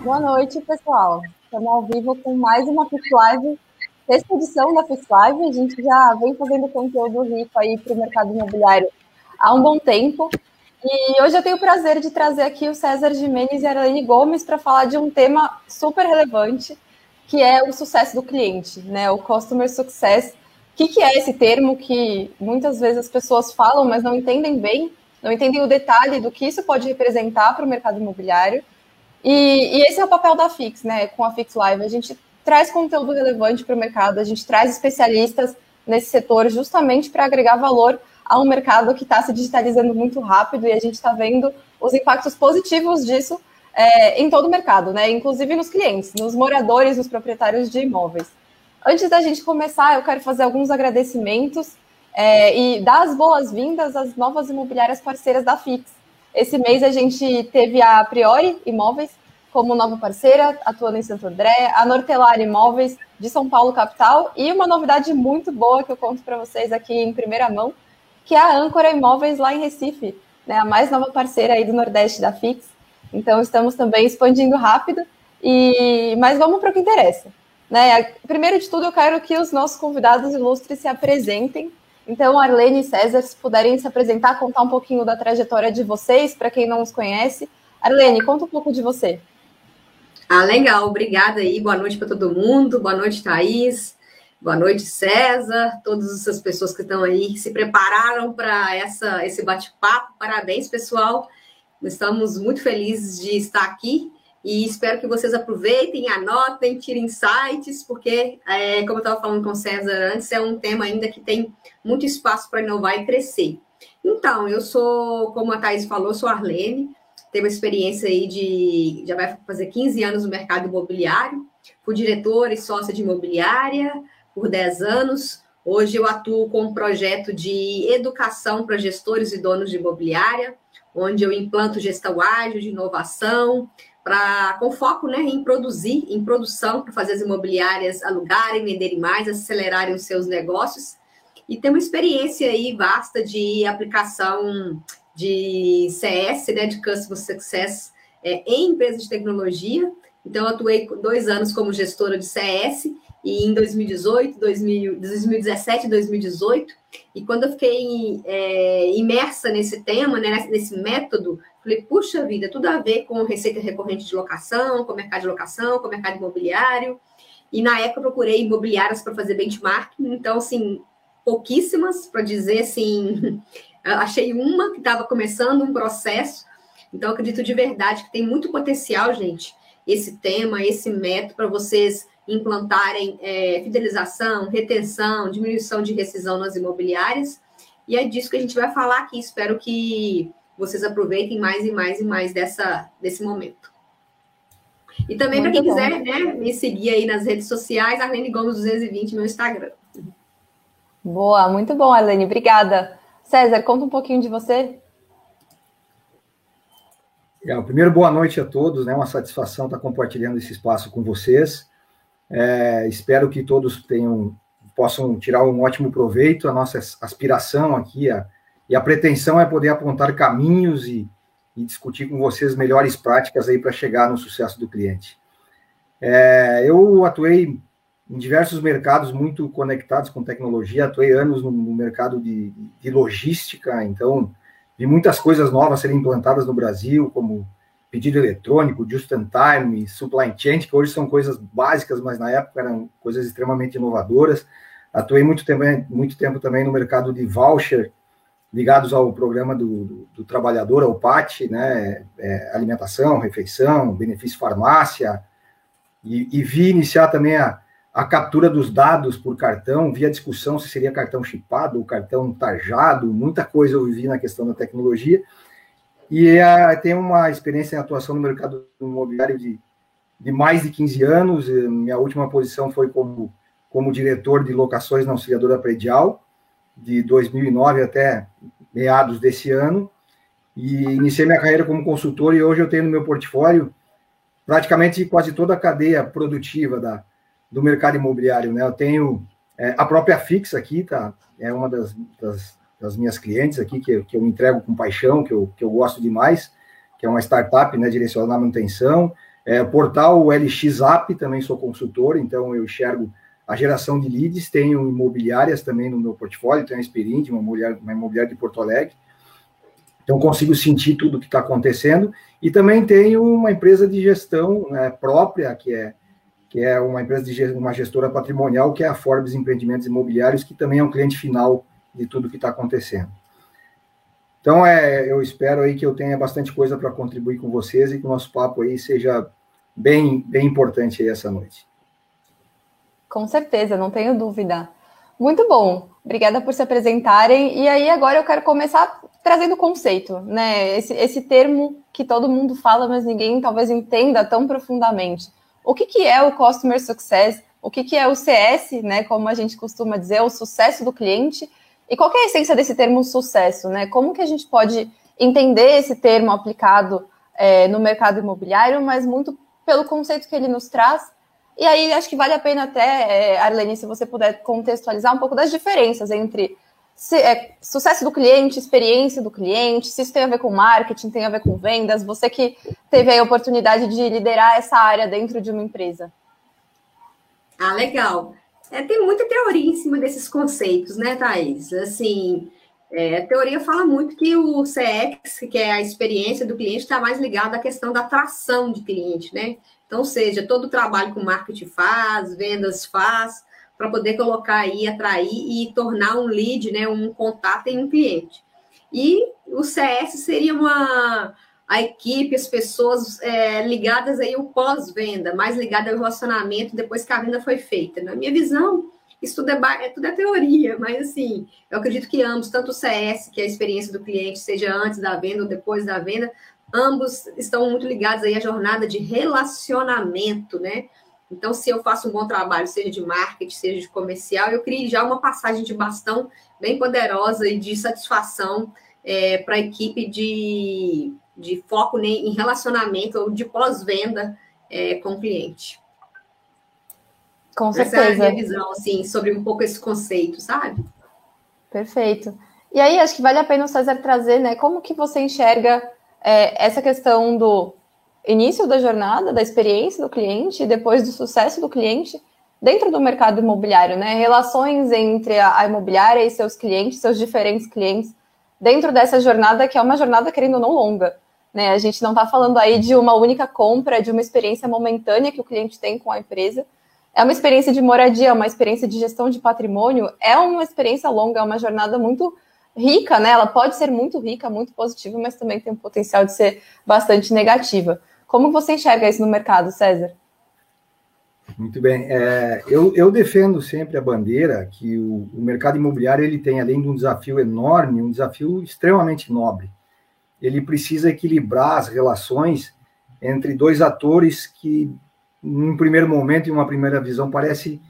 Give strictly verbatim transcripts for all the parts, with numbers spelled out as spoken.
Boa noite, pessoal. Estamos ao vivo com mais uma Fix Live, sexta edição da Fix Live. A gente já vem fazendo conteúdo rico aí para o mercado imobiliário há um bom tempo. E hoje eu tenho o prazer de trazer aqui o César Gimenez e a Arlene Gomes para falar de um tema super relevante, que é o sucesso do cliente, né? O Customer Success. O que, que é esse termo que muitas vezes as pessoas falam, mas não entendem bem, não entendem o detalhe do que isso pode representar para o mercado imobiliário. E, e esse é o papel da Fix, né? Com a Fix Live, a gente traz conteúdo relevante para o mercado, a gente traz especialistas nesse setor justamente para agregar valor a um mercado que está se digitalizando muito rápido e a gente está vendo os impactos positivos disso é, em todo o mercado, né? Inclusive nos clientes, nos moradores, nos proprietários de imóveis. Antes da gente começar, eu quero fazer alguns agradecimentos é, e dar as boas-vindas às novas imobiliárias parceiras da Fix. Esse mês a gente teve a Priori Imóveis como nova parceira, atuando em Santo André, a Nortelar Imóveis de São Paulo, capital, e uma novidade muito boa que eu conto para vocês aqui em primeira mão, que é a Âncora Imóveis lá em Recife, né, a mais nova parceira aí do Nordeste da Fix. Então, estamos também expandindo rápido, e... mas vamos para o que interessa. Né? Primeiro de tudo, eu quero que os nossos convidados ilustres se apresentem. Então, Arlene e César, se puderem se apresentar, contar um pouquinho da trajetória de vocês, para quem não os conhece. Arlene, conta um pouco de você. Ah, legal. Obrigada aí. Boa noite para todo mundo. Boa noite, Thaís. Boa noite, César. Todas essas pessoas que estão aí, que se prepararam para essa, esse bate-papo. Parabéns, pessoal. Estamos muito felizes de estar aqui. E espero que vocês aproveitem, anotem, tirem insights, porque, é, como eu estava falando com o César antes, é um tema ainda que tem muito espaço para inovar e crescer. Então, eu sou, como a Thaís falou, sou a Arlene, tenho uma experiência aí de, já vai fazer quinze anos no mercado imobiliário, fui diretora e sócia de imobiliária por dez anos, hoje eu atuo com um projeto de educação para gestores e donos de imobiliária, onde eu implanto gestão ágil de inovação, Pra, com foco, né, em produzir, em produção, para fazer as imobiliárias alugarem, venderem mais, acelerarem os seus negócios. E tem uma experiência aí vasta de aplicação de C S, né, de Customer Success, é, em empresas de tecnologia. Então, eu atuei dois anos como gestora de C S, e em dois mil e dezoito, dois mil, dois mil e dezessete e dois mil e dezoito, e quando eu fiquei é, imersa nesse tema, né, nesse método, falei, puxa vida, tudo a ver com receita recorrente de locação, com mercado de locação, com mercado imobiliário. E na época eu procurei imobiliárias para fazer benchmarking, então, assim, pouquíssimas, para dizer assim, achei uma que estava começando um processo. Então, eu acredito de verdade que tem muito potencial, gente, esse tema, esse método, para vocês implantarem é, fidelização, retenção, diminuição de rescisão nas imobiliárias. E é disso que a gente vai falar aqui. Espero que vocês aproveitem mais e mais e mais dessa, desse momento. E também, para quem bom. quiser, né, me seguir aí nas redes sociais, Arlene Gomes duzentos e vinte, meu Instagram. Boa, muito bom, Arlene. Obrigada. César, conta um pouquinho de você. Legal. Primeiro, boa noite a todos, né? Uma satisfação estar compartilhando esse espaço com vocês. É, espero que todos tenham, possam tirar um ótimo proveito. A nossa aspiração aqui, a, e a pretensão é poder apontar caminhos e, e discutir com vocês melhores práticas aí para chegar no sucesso do cliente. É, eu atuei em diversos mercados muito conectados com tecnologia, atuei anos no, no mercado de, de logística, então vi muitas coisas novas serem implantadas no Brasil, como pedido eletrônico, just-in-time, supply chain, que hoje são coisas básicas, mas na época eram coisas extremamente inovadoras. Atuei muito tempo, muito tempo também no mercado de voucher, ligados ao programa do, do, do trabalhador, ao P A T, né, é, alimentação, refeição, benefício farmácia, e, e vi iniciar também a, a captura dos dados por cartão, vi a discussão se seria cartão chipado ou cartão tarjado, muita coisa eu vivi na questão da tecnologia. E uh, tenho uma experiência em atuação no mercado imobiliário de, de mais de quinze anos. Minha última posição foi como, como diretor de locações na auxiliadora predial, de dois mil e nove até meados desse ano. E iniciei minha carreira como consultor e hoje eu tenho no meu portfólio praticamente quase toda a cadeia produtiva da, do mercado imobiliário, né? Eu tenho é, a própria Fix aqui, tá? É uma das... das das minhas clientes aqui, que, que eu entrego com paixão, que eu, que eu gosto demais, que é uma startup, né, direcionada à manutenção. É, portal L X App, também sou consultor, então eu enxergo a geração de leads, tenho imobiliárias também no meu portfólio, tenho a Esperint, uma imobiliária, uma imobiliária de Porto Alegre, então consigo sentir tudo o que está acontecendo, e também tenho uma empresa de gestão, né, própria, que é, que é uma empresa de uma gestora patrimonial, que é a Forbes Empreendimentos Imobiliários, que também é um cliente final de tudo que está acontecendo. Então, é, eu espero aí que eu tenha bastante coisa para contribuir com vocês e que o nosso papo aí seja bem, bem importante aí essa noite. Com certeza, não tenho dúvida. Muito bom. Obrigada por se apresentarem. E aí, agora eu quero começar trazendo o conceito, né? Esse, esse termo que todo mundo fala, mas ninguém talvez entenda tão profundamente. O que, que é o Customer Success? O que, que é o C S, né? Como a gente costuma dizer, o sucesso do cliente. E qual que é a essência desse termo sucesso, né? Como que a gente pode entender esse termo aplicado é, no mercado imobiliário, mas muito pelo conceito que ele nos traz. E aí acho que vale a pena até, é, Arlene, se você puder contextualizar um pouco das diferenças entre se, é, sucesso do cliente, experiência do cliente, se isso tem a ver com marketing, tem a ver com vendas, você que teve a oportunidade de liderar essa área dentro de uma empresa. Ah, legal. É, tem muita teoria em cima desses conceitos, né, Thaís? Assim, é, a teoria fala muito que o C X, que é a experiência do cliente, está mais ligado à questão da atração de cliente, né? Então, ou seja, todo o trabalho que o marketing faz, vendas faz, para poder colocar aí, atrair e tornar um lead, né, um contato em um cliente. E o C S seria uma... a equipe, as pessoas é, ligadas aí ao pós-venda, mais ligada ao relacionamento depois que a venda foi feita. Na minha visão, isso tudo é, é, tudo é teoria, mas assim, eu acredito que ambos, tanto o C S, que é a experiência do cliente, seja antes da venda ou depois da venda, ambos estão muito ligados aí à jornada de relacionamento, né? Então, se eu faço um bom trabalho, seja de marketing, seja de comercial, eu crio já uma passagem de bastão bem poderosa e de satisfação é, para a equipe de... de foco em relacionamento ou de pós-venda é, com o cliente. Com certeza. Essa é a minha visão, assim, sobre um pouco esse conceito, sabe? Perfeito. E aí, acho que vale a pena o César trazer, né, como que você enxerga é, essa questão do início da jornada, da experiência do cliente e depois do sucesso do cliente dentro do mercado imobiliário, né? Relações entre a, a imobiliária e seus clientes, seus diferentes clientes, dentro dessa jornada, que é uma jornada, querendo ou não, longa. Né? A gente não está falando aí de uma única compra, de uma experiência momentânea que o cliente tem com a empresa. É uma experiência de moradia, uma experiência de gestão de patrimônio, é uma experiência longa, é uma jornada muito rica, né? Ela pode ser muito rica, muito positiva, mas também tem o potencial de ser bastante negativa. Como você enxerga isso no mercado, César? Muito bem. É, eu, eu defendo sempre a bandeira que o, o mercado imobiliário ele tem, além de um desafio enorme, um desafio extremamente nobre. Ele precisa equilibrar as relações entre dois atores que, num primeiro momento, em uma primeira visão, parece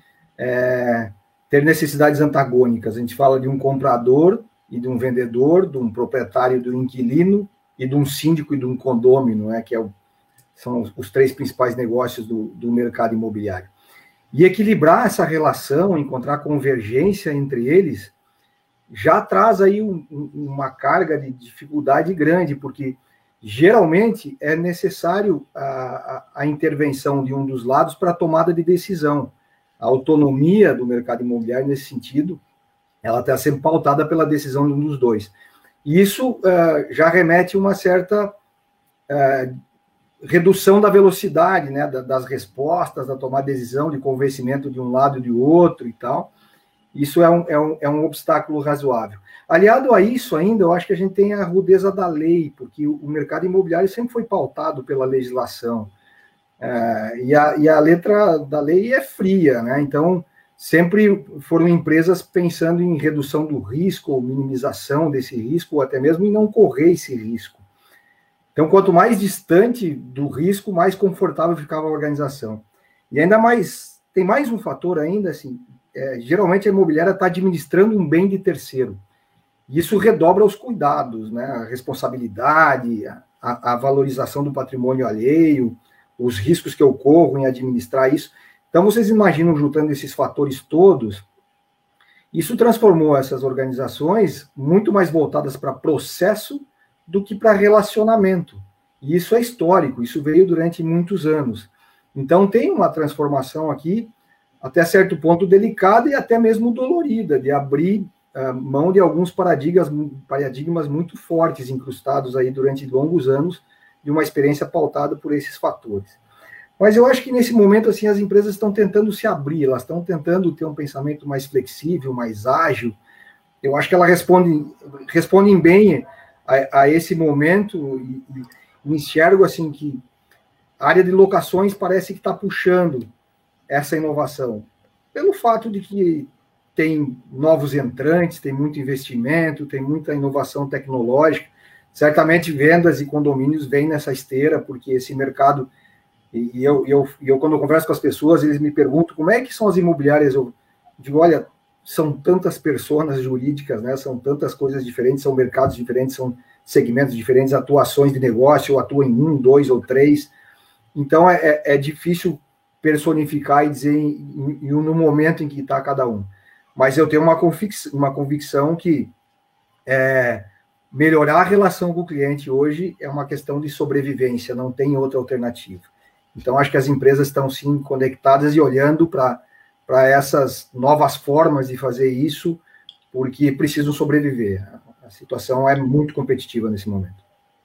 é, ter necessidades antagônicas. A gente fala de um comprador e de um vendedor, de um proprietário e de um inquilino, e de um síndico e de um condômino, né, que é o, são os, os três principais negócios do, do mercado imobiliário. E equilibrar essa relação, encontrar convergência entre eles, já traz aí um, uma carga de dificuldade grande, porque geralmente é necessário a, a, a intervenção de um dos lados para a tomada de decisão. A autonomia do mercado imobiliário, nesse sentido, ela está sendo pautada pela decisão de um dos dois. E isso uh, já remete a uma certa uh, redução da velocidade, né, das respostas, da tomada de decisão, de convencimento de um lado e de outro e tal. Isso é um, é, um, é um obstáculo razoável. Aliado a isso ainda, eu acho que a gente tem a rudeza da lei, porque o, o mercado imobiliário sempre foi pautado pela legislação. É, e, a, e a letra da lei é fria, né? Então, sempre foram empresas pensando em redução do risco, ou minimização desse risco, ou até mesmo em não correr esse risco. Então, quanto mais distante do risco, mais confortável ficava a organização. E ainda mais, tem mais um fator ainda, assim, é, geralmente a imobiliária está administrando um bem de terceiro. E isso redobra os cuidados, né? A responsabilidade, a, a valorização do patrimônio alheio, os riscos que ocorrem em administrar isso. Então, vocês imaginam, juntando esses fatores todos, isso transformou essas organizações muito mais voltadas para processo do que para relacionamento. E isso é histórico, isso veio durante muitos anos. Então, tem uma transformação aqui, até certo ponto delicada e até mesmo dolorida, de abrir uh, mão de alguns paradigmas, paradigmas muito fortes, incrustados aí durante longos anos, de uma experiência pautada por esses fatores. Mas eu acho que nesse momento, assim, as empresas estão tentando se abrir, elas estão tentando ter um pensamento mais flexível, mais ágil. Eu acho que elas respondem, respondem bem a, a esse momento e, e enxergo, assim, que a área de locações parece que está puxando essa inovação, pelo fato de que tem novos entrantes, tem muito investimento, tem muita inovação tecnológica. Certamente vendas e condomínios vêm nessa esteira, porque esse mercado... E eu, eu, eu, quando eu converso com as pessoas, eles me perguntam como é que são as imobiliárias. Eu digo, olha, são tantas pessoas jurídicas, né? São tantas coisas diferentes, são mercados diferentes, são segmentos diferentes, atuações de negócio, eu atuo em um, dois ou três. Então, é, é difícil personificar e dizer em, em, no momento em que está cada um. Mas eu tenho uma convicção, uma convicção que é, melhorar a relação com o cliente hoje é uma questão de sobrevivência, não tem outra alternativa. Então, acho que as empresas estão, sim, conectadas e olhando para essas novas formas de fazer isso, porque precisam sobreviver. A situação é muito competitiva nesse momento.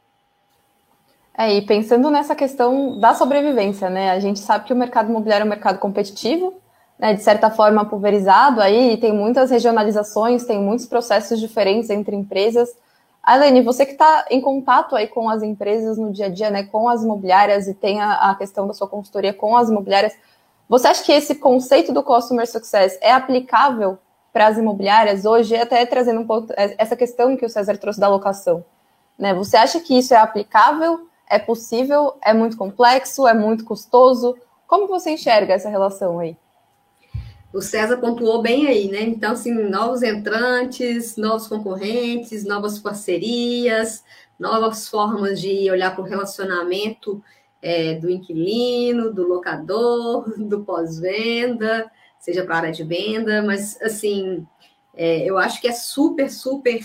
É, e pensando nessa questão da sobrevivência, né? A gente sabe que o mercado imobiliário é um mercado competitivo, né, de certa forma pulverizado, aí tem muitas regionalizações, tem muitos processos diferentes entre empresas. Ailene, você que está em contato aí com as empresas no dia a dia, né, com as imobiliárias, e tem a, a questão da sua consultoria com as imobiliárias, você acha que esse conceito do Customer Success é aplicável para as imobiliárias hoje, até trazendo um pouco essa questão que o César trouxe da locação, né? Você acha que isso é aplicável, é possível, é muito complexo, é muito custoso? Como você enxerga essa relação aí? O César pontuou bem aí, né? Então, assim, novos entrantes, novos concorrentes, novas parcerias, novas formas de olhar para o relacionamento é, do inquilino, do locador, do pós-venda, seja para a área de venda, mas, assim, é, eu acho que é super, super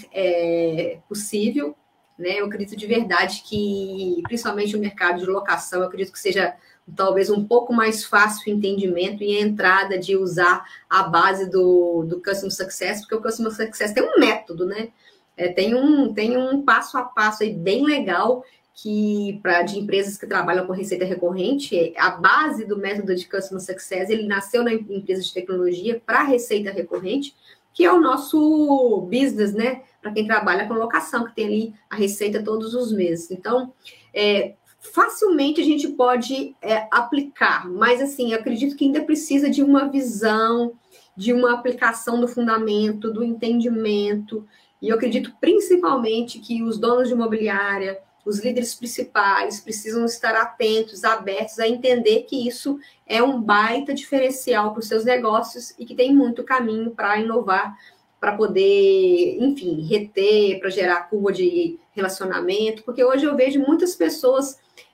é, possível, né? Eu acredito de verdade que, principalmente o mercado de locação, eu acredito que seja talvez um pouco mais fácil o entendimento e a entrada de usar a base do, do Customer Success, porque o Customer Success tem um método, né? É, tem, um, tem um passo a passo aí bem legal que para de empresas que trabalham com receita recorrente, a base do método de Customer Success, ele nasceu na empresa de tecnologia para receita recorrente, que é o nosso business, né? Para quem trabalha com locação, que tem ali a receita todos os meses. Então, é, facilmente a gente pode é, aplicar, mas assim, eu acredito que ainda precisa de uma visão, de uma aplicação do fundamento, do entendimento, e eu acredito principalmente que os donos de imobiliária, os líderes principais precisam estar atentos, abertos a entender que isso é um baita diferencial para os seus negócios e que tem muito caminho para inovar, para poder, enfim, reter, para gerar curva de relacionamento, porque hoje eu vejo muitas pessoas,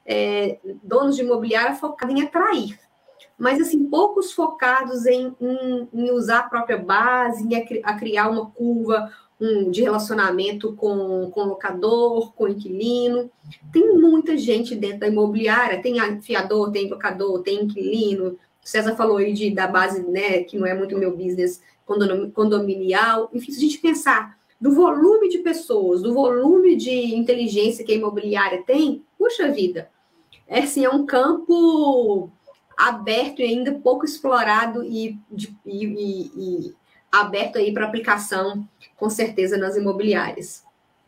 é, donos de imobiliária, focados em atrair, mas, assim, poucos focados em, em, em usar a própria base, em a, a criar uma curva um, de relacionamento com, com locador, com inquilino. Tem muita gente dentro da imobiliária, tem fiador, tem locador, tem inquilino. O César falou aí de, da base, né, que não é muito meu business, condominial. Enfim, se a gente pensar do volume de pessoas, do volume de inteligência que a imobiliária tem, puxa vida, é, assim, é um campo aberto e ainda pouco explorado e, de, e, e, e aberto aí para aplicação, com certeza, nas imobiliárias.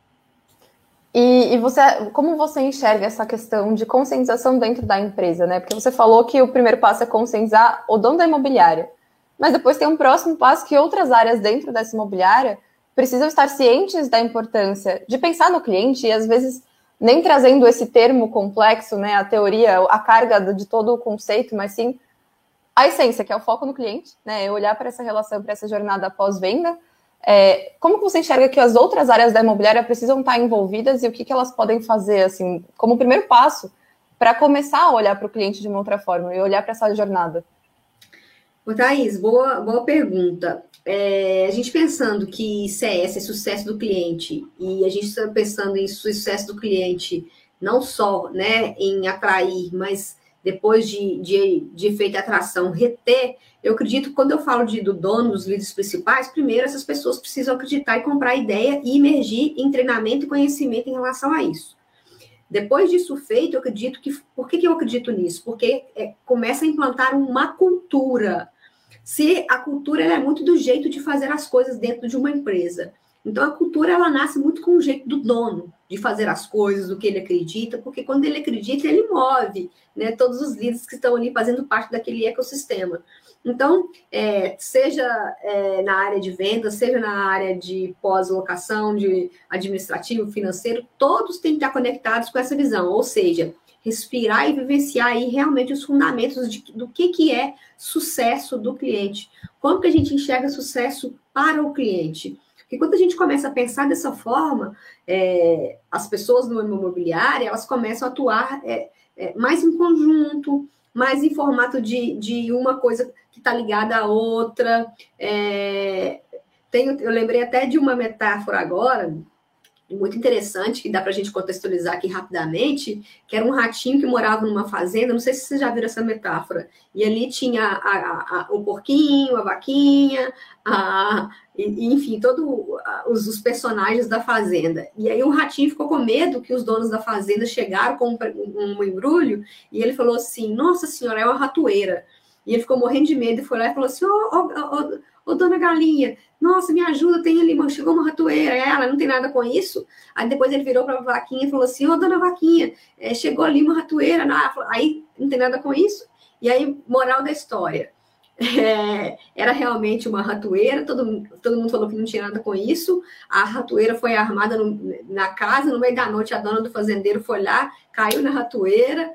E, e você, como você enxerga essa questão de conscientização dentro da empresa, né? Porque você falou que o primeiro passo é conscientizar o dono da imobiliária, mas depois tem um próximo passo que outras áreas dentro dessa imobiliária precisam estar cientes da importância de pensar no cliente e, às vezes, nem trazendo esse termo complexo, né, a teoria, a carga de todo o conceito, mas sim a essência, que é o foco no cliente, né, olhar para essa relação, para essa jornada pós-venda. É, como você enxerga que as outras áreas da imobiliária precisam estar envolvidas e o que, que elas podem fazer, assim, como primeiro passo, para começar a olhar para o cliente de uma outra forma e olhar para essa jornada? Ô, Thaís, boa, boa pergunta. É, a gente pensando que C S é sucesso do cliente e a gente está pensando em sucesso do cliente não só, né, em atrair, mas depois de, de, de feita a atração, reter, eu acredito que quando eu falo de, do dono, dos líderes principais, primeiro essas pessoas precisam acreditar e comprar ideia e emergir em treinamento e conhecimento em relação a isso. Depois disso feito, eu acredito que... Por que, que eu acredito nisso? Porque é, começa a implantar uma cultura. Se a cultura ela é muito do jeito de fazer as coisas dentro de uma empresa. Então, a cultura ela nasce muito com o jeito do dono de fazer as coisas, do que ele acredita, porque quando ele acredita, ele move, né, todos os líderes que estão ali fazendo parte daquele ecossistema. Então, é, seja é, na área de vendas, seja na área de pós-locação, de administrativo, financeiro, todos têm que estar conectados com essa visão, ou seja, respirar e vivenciar aí realmente os fundamentos de, do que, que é sucesso do cliente. Como que a gente enxerga sucesso para o cliente? Porque quando a gente começa a pensar dessa forma, é, as pessoas no imobiliário, elas começam a atuar é, é, mais em conjunto, mais em formato de, de uma coisa que está ligada à outra. É, tenho, eu lembrei até de uma metáfora agora, muito interessante, que dá para a gente contextualizar aqui rapidamente, que era um ratinho que morava numa fazenda, não sei se vocês já viram essa metáfora, e ali tinha a, a, a, o porquinho, a vaquinha, a, e, enfim, todos os, os personagens da fazenda. E aí o ratinho ficou com medo que os donos da fazenda chegaram com um, um, um embrulho, e ele falou assim, nossa senhora, é uma ratoeira. E ele ficou morrendo de medo e foi lá e falou assim, ô, ô, ô, ô dona Galinha, nossa, me ajuda, tem ali, chegou uma ratoeira, ela não tem nada com isso. Aí depois ele virou para a vaquinha e falou assim, ô dona Vaquinha, é, chegou ali uma ratoeira, não, aí não tem nada com isso. E aí, moral da história, é, era realmente uma ratoeira, todo, todo mundo falou que não tinha nada com isso, a ratoeira foi armada no, na casa, no meio da noite a dona do fazendeiro foi lá, caiu na ratoeira,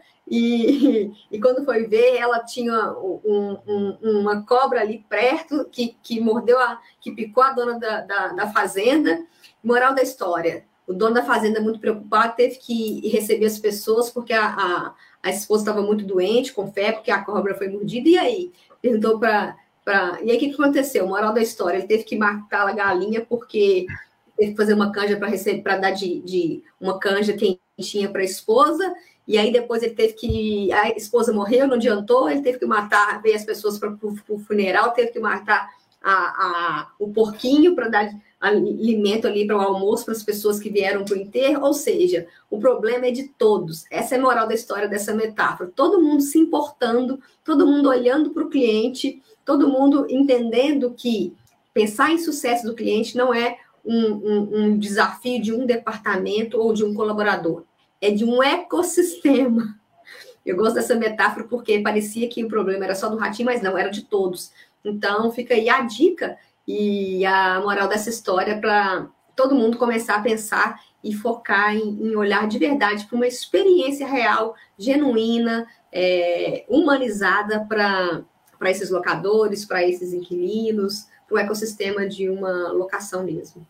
E, e quando foi ver, ela tinha um, um, uma cobra ali perto que, que mordeu, a, que picou a dona da, da, da fazenda. Moral da história, o dono da fazenda, muito preocupado, teve que receber as pessoas porque a, a, a esposa estava muito doente, com febre, porque a cobra foi mordida. E aí? Perguntou para... E aí, o que, que aconteceu? Moral da história, ele teve que matar a galinha porque teve que fazer uma canja para receber, para dar de, de uma canja quentinha para a esposa. E aí depois ele teve que... A esposa morreu, não adiantou, ele teve que matar, veio as pessoas para o funeral, teve que matar a, a, o porquinho para dar alimento ali para o almoço para as pessoas que vieram para o enterro. Ou seja, o problema é de todos. Essa é a moral da história dessa metáfora. Todo mundo se importando, todo mundo olhando para o cliente, todo mundo entendendo que pensar em sucesso do cliente não é um, um, um desafio de um departamento ou de um colaborador. É de um ecossistema. Eu gosto dessa metáfora porque parecia que o problema era só do ratinho, mas não, era de todos. Então, fica aí a dica e a moral dessa história para todo mundo começar a pensar e focar em, em olhar de verdade para uma experiência real, genuína, é, humanizada para esses locadores, para esses inquilinos, para o ecossistema de uma locação mesmo.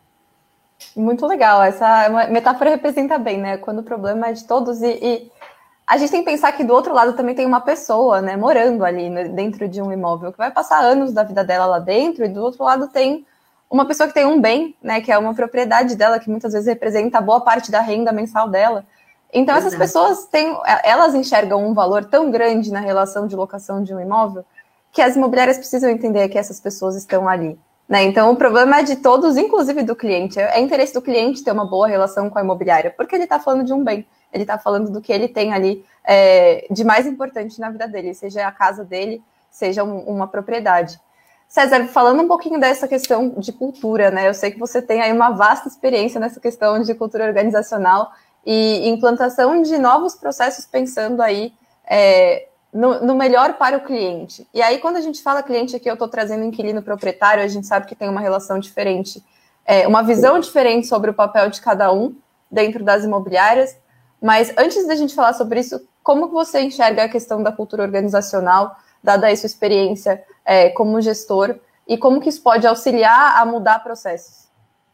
Muito legal, essa metáfora representa bem, né? Quando o problema é de todos e, e a gente tem que pensar que do outro lado também tem uma pessoa, né, morando ali né, dentro de um imóvel, que vai passar anos da vida dela lá dentro, e do outro lado tem uma pessoa que tem um bem, né, que é uma propriedade dela, que muitas vezes representa boa parte da renda mensal dela. Então essas Exato. pessoas têm, elas enxergam um valor tão grande na relação de locação de um imóvel, que as imobiliárias precisam entender que essas pessoas estão ali. Né? Então, o problema é de todos, inclusive do cliente. É interesse do cliente ter uma boa relação com a imobiliária, porque ele está falando de um bem, ele está falando do que ele tem ali é, de mais importante na vida dele, seja a casa dele, seja um, uma propriedade. César, falando um pouquinho dessa questão de cultura, né? Eu sei que você tem aí uma vasta experiência nessa questão de cultura organizacional e implantação de novos processos pensando aí é, No, no melhor para o cliente. E aí, quando a gente fala cliente aqui, eu estou trazendo inquilino proprietário, a gente sabe que tem uma relação diferente, é, uma visão diferente sobre o papel de cada um dentro das imobiliárias. Mas antes da gente falar sobre isso, como que você enxerga a questão da cultura organizacional, dada aí sua experiência é, como gestor, e como que isso pode auxiliar a mudar processos?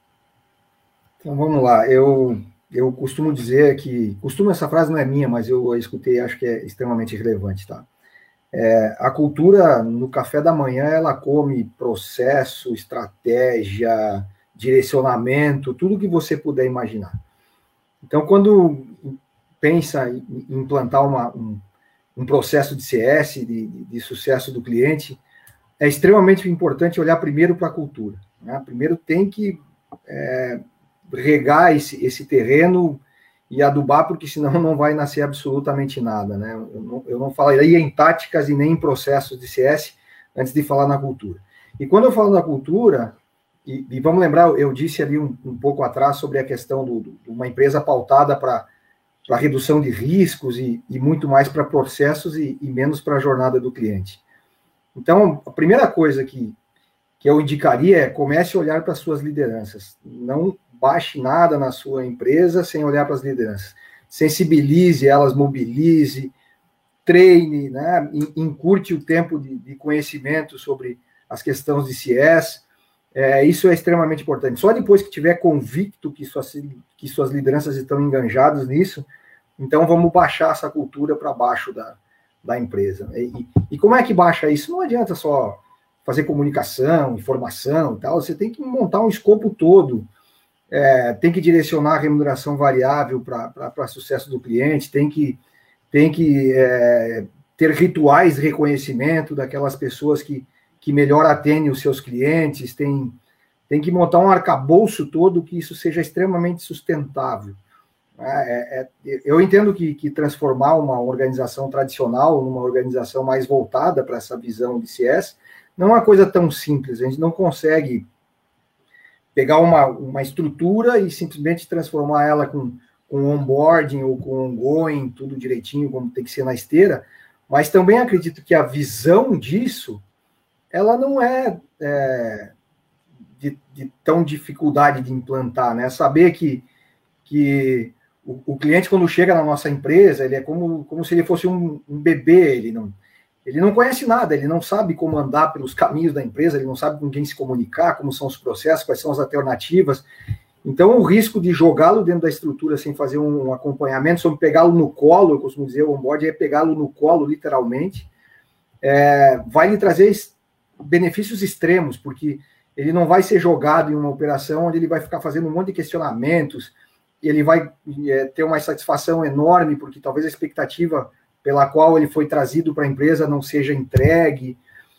Então, vamos lá. Eu... Eu costumo dizer que... Costumo, essa frase não é minha, mas eu a escutei e acho que é extremamente relevante, tá? É, a cultura, no café da manhã, ela come processo, estratégia, direcionamento, tudo que você puder imaginar. Então, quando pensa em implantar uma, um, um processo de C S, de, de, de sucesso do cliente, é extremamente importante olhar primeiro para a cultura. Né? Primeiro tem que é, regar esse, esse terreno e adubar, porque senão não vai nascer absolutamente nada. Né? Eu, não, eu não falaria em táticas e nem em processos de C S antes de falar na cultura. E quando eu falo na cultura, e, e vamos lembrar, eu disse ali um, um pouco atrás sobre a questão de do, do uma empresa pautada para a redução de riscos e, e muito mais para processos e, e menos para a jornada do cliente. Então, a primeira coisa que, que eu indicaria é comece a olhar para as suas lideranças. Não baixe nada na sua empresa sem olhar para as lideranças. Sensibilize elas, mobilize, treine, né? Encurte o tempo de, de conhecimento sobre as questões de C S. É, isso é extremamente importante. Só depois que tiver convicto que suas, que suas lideranças estão enganjadas nisso, então vamos baixar essa cultura para baixo da, da empresa. E, e como é que baixa isso? Não adianta só fazer comunicação, informação e tal, você tem que montar um escopo todo, é, tem que direcionar a remuneração variável para sucesso do cliente, tem que, tem que é, ter rituais de reconhecimento daquelas pessoas que, que melhor atendem os seus clientes, tem, tem que montar um arcabouço todo que isso seja extremamente sustentável. É, é, eu entendo que, que transformar uma organização tradicional numa organização mais voltada para essa visão de C S não é uma coisa tão simples. A gente não consegue pegar uma, uma estrutura e simplesmente transformar ela com, com onboarding ou com ongoing, tudo direitinho, como tem que ser na esteira, mas também acredito que a visão disso, ela não é, é de, de tão dificuldade de implantar, né? Saber que, que o, o cliente, quando chega na nossa empresa, ele é como, como se ele fosse um, um bebê, ele não, ele não conhece nada, ele não sabe como andar pelos caminhos da empresa, ele não sabe com quem se comunicar, como são os processos, quais são as alternativas. Então, o risco de jogá-lo dentro da estrutura sem fazer um acompanhamento, sobre pegá-lo no colo, eu costumo dizer, o onboard é pegá-lo no colo, literalmente, é, vai lhe trazer benefícios extremos, porque ele não vai ser jogado em uma operação onde ele vai ficar fazendo um monte de questionamentos, e ele vai é, ter uma insatisfação enorme, porque talvez a expectativa pela qual ele foi trazido para a empresa não seja entregue.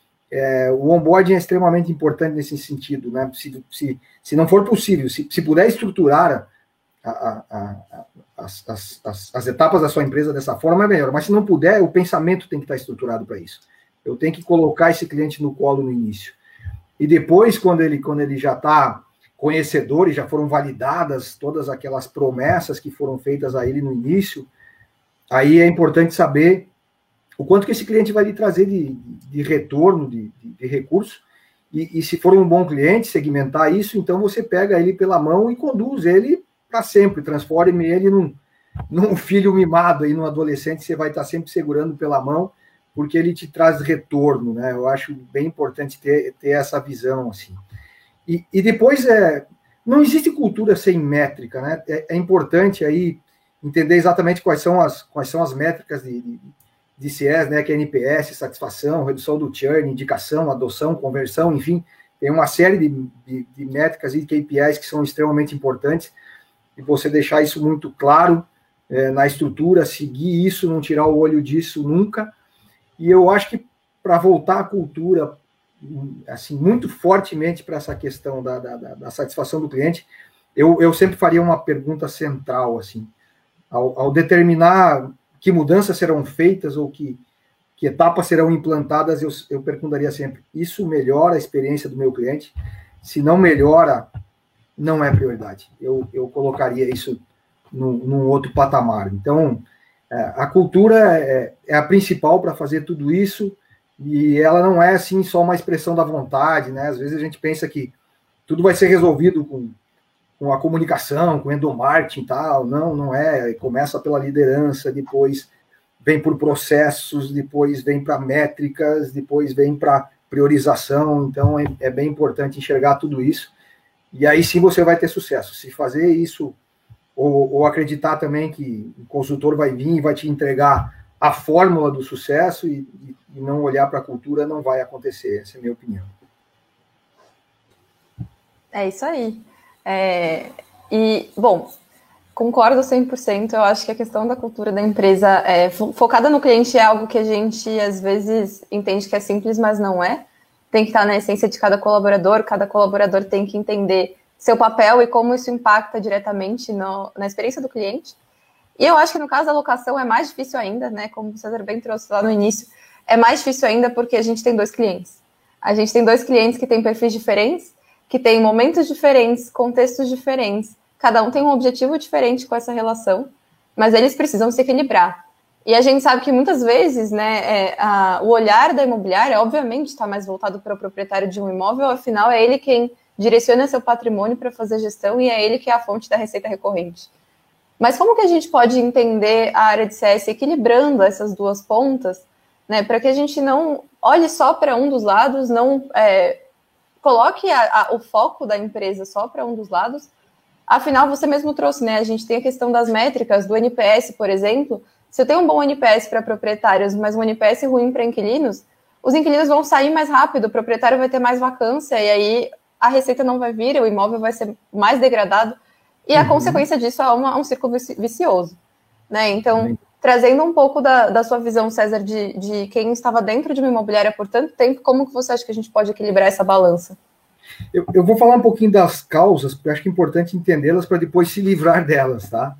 É, o onboarding é extremamente importante nesse sentido, né? Se, se, se não for possível, se, se puder estruturar a, a, a, as, as, as, as etapas da sua empresa dessa forma, é melhor. Mas se não puder, o pensamento tem que estar estruturado para isso. Eu tenho que colocar esse cliente no colo no início. E depois, quando ele, quando ele já está conhecedor e já foram validadas todas aquelas promessas que foram feitas a ele no início, aí é importante saber o quanto que esse cliente vai lhe trazer de, de retorno, de, de, de recurso, e, e se for um bom cliente, segmentar isso, então você pega ele pela mão e conduz ele para sempre, transforme ele num, num filho mimado, aí, num adolescente, você vai estar sempre segurando pela mão, porque ele te traz retorno, né? Eu acho bem importante ter, ter essa visão, assim. E, e depois, é, não existe cultura sem métrica, né? É, é importante aí entender exatamente quais são as, quais são as métricas de, de, de C S, né? Que é N P S, satisfação, redução do churn, indicação, adoção, conversão, enfim, tem uma série de, de, de métricas e K P Is que são extremamente importantes, e você deixar isso muito claro é, na estrutura, seguir isso, não tirar o olho disso nunca. E eu acho que para voltar à cultura, assim, muito fortemente para essa questão da, da, da satisfação do cliente, eu, eu sempre faria uma pergunta central, assim, ao, ao determinar que mudanças serão feitas ou que, que etapas serão implantadas, eu, eu perguntaria sempre, isso melhora a experiência do meu cliente? Se não melhora, não é prioridade. Eu, eu colocaria isso num, num outro patamar. Então, a cultura é, é a principal para fazer tudo isso, e ela não é, assim, só uma expressão da vontade, né? Às vezes a gente pensa que tudo vai ser resolvido com, com a comunicação, com o endomarketing e tal. Não, não é. Começa pela liderança, depois vem por processos, depois vem para métricas, depois vem para priorização. Então, é, é bem importante enxergar tudo isso. E aí sim você vai ter sucesso. Se fazer isso, ou, ou acreditar também que o consultor vai vir e vai te entregar a fórmula do sucesso e, e não olhar para a cultura, não vai acontecer. Essa é a minha opinião. É isso aí. É, e, bom, Concordo cem por cento. Eu acho que a questão da cultura da empresa é, focada no cliente é algo que a gente, às vezes, entende que é simples, mas não é. Tem que estar na essência de cada colaborador, cada colaborador tem que entender seu papel e como isso impacta diretamente no, na experiência do cliente. E eu acho que no caso da locação é mais difícil ainda, né? Como o César bem trouxe lá no início, é mais difícil ainda porque a gente tem dois clientes. A gente tem dois clientes que têm perfis diferentes, que têm momentos diferentes, contextos diferentes. Cada um tem um objetivo diferente com essa relação, mas eles precisam se equilibrar. E a gente sabe que muitas vezes, né, é, a, o olhar da imobiliária, obviamente, está mais voltado para o proprietário de um imóvel, afinal é ele quem direciona seu patrimônio para fazer gestão e é ele que é a fonte da receita recorrente. Mas como que a gente pode entender a área de C S equilibrando essas duas pontas, né, para que a gente não olhe só para um dos lados, não é, coloque a, a, o foco da empresa só para um dos lados? Afinal, você mesmo trouxe, né, a gente tem a questão das métricas, do N P S, por exemplo. Se eu tenho um bom N P S para proprietários, mas um N P S ruim para inquilinos, os inquilinos vão sair mais rápido, o proprietário vai ter mais vacância, e aí a receita não vai vir, o imóvel vai ser mais degradado, e a uhum. consequência disso é uma, um círculo vicioso. Né? Então, uhum. trazendo um pouco da, da sua visão, César, de, de quem estava dentro de uma imobiliária por tanto tempo, como que você acha que a gente pode equilibrar essa balança? Eu, eu vou falar um pouquinho das causas, porque eu acho que é importante entendê-las para depois se livrar delas, tá?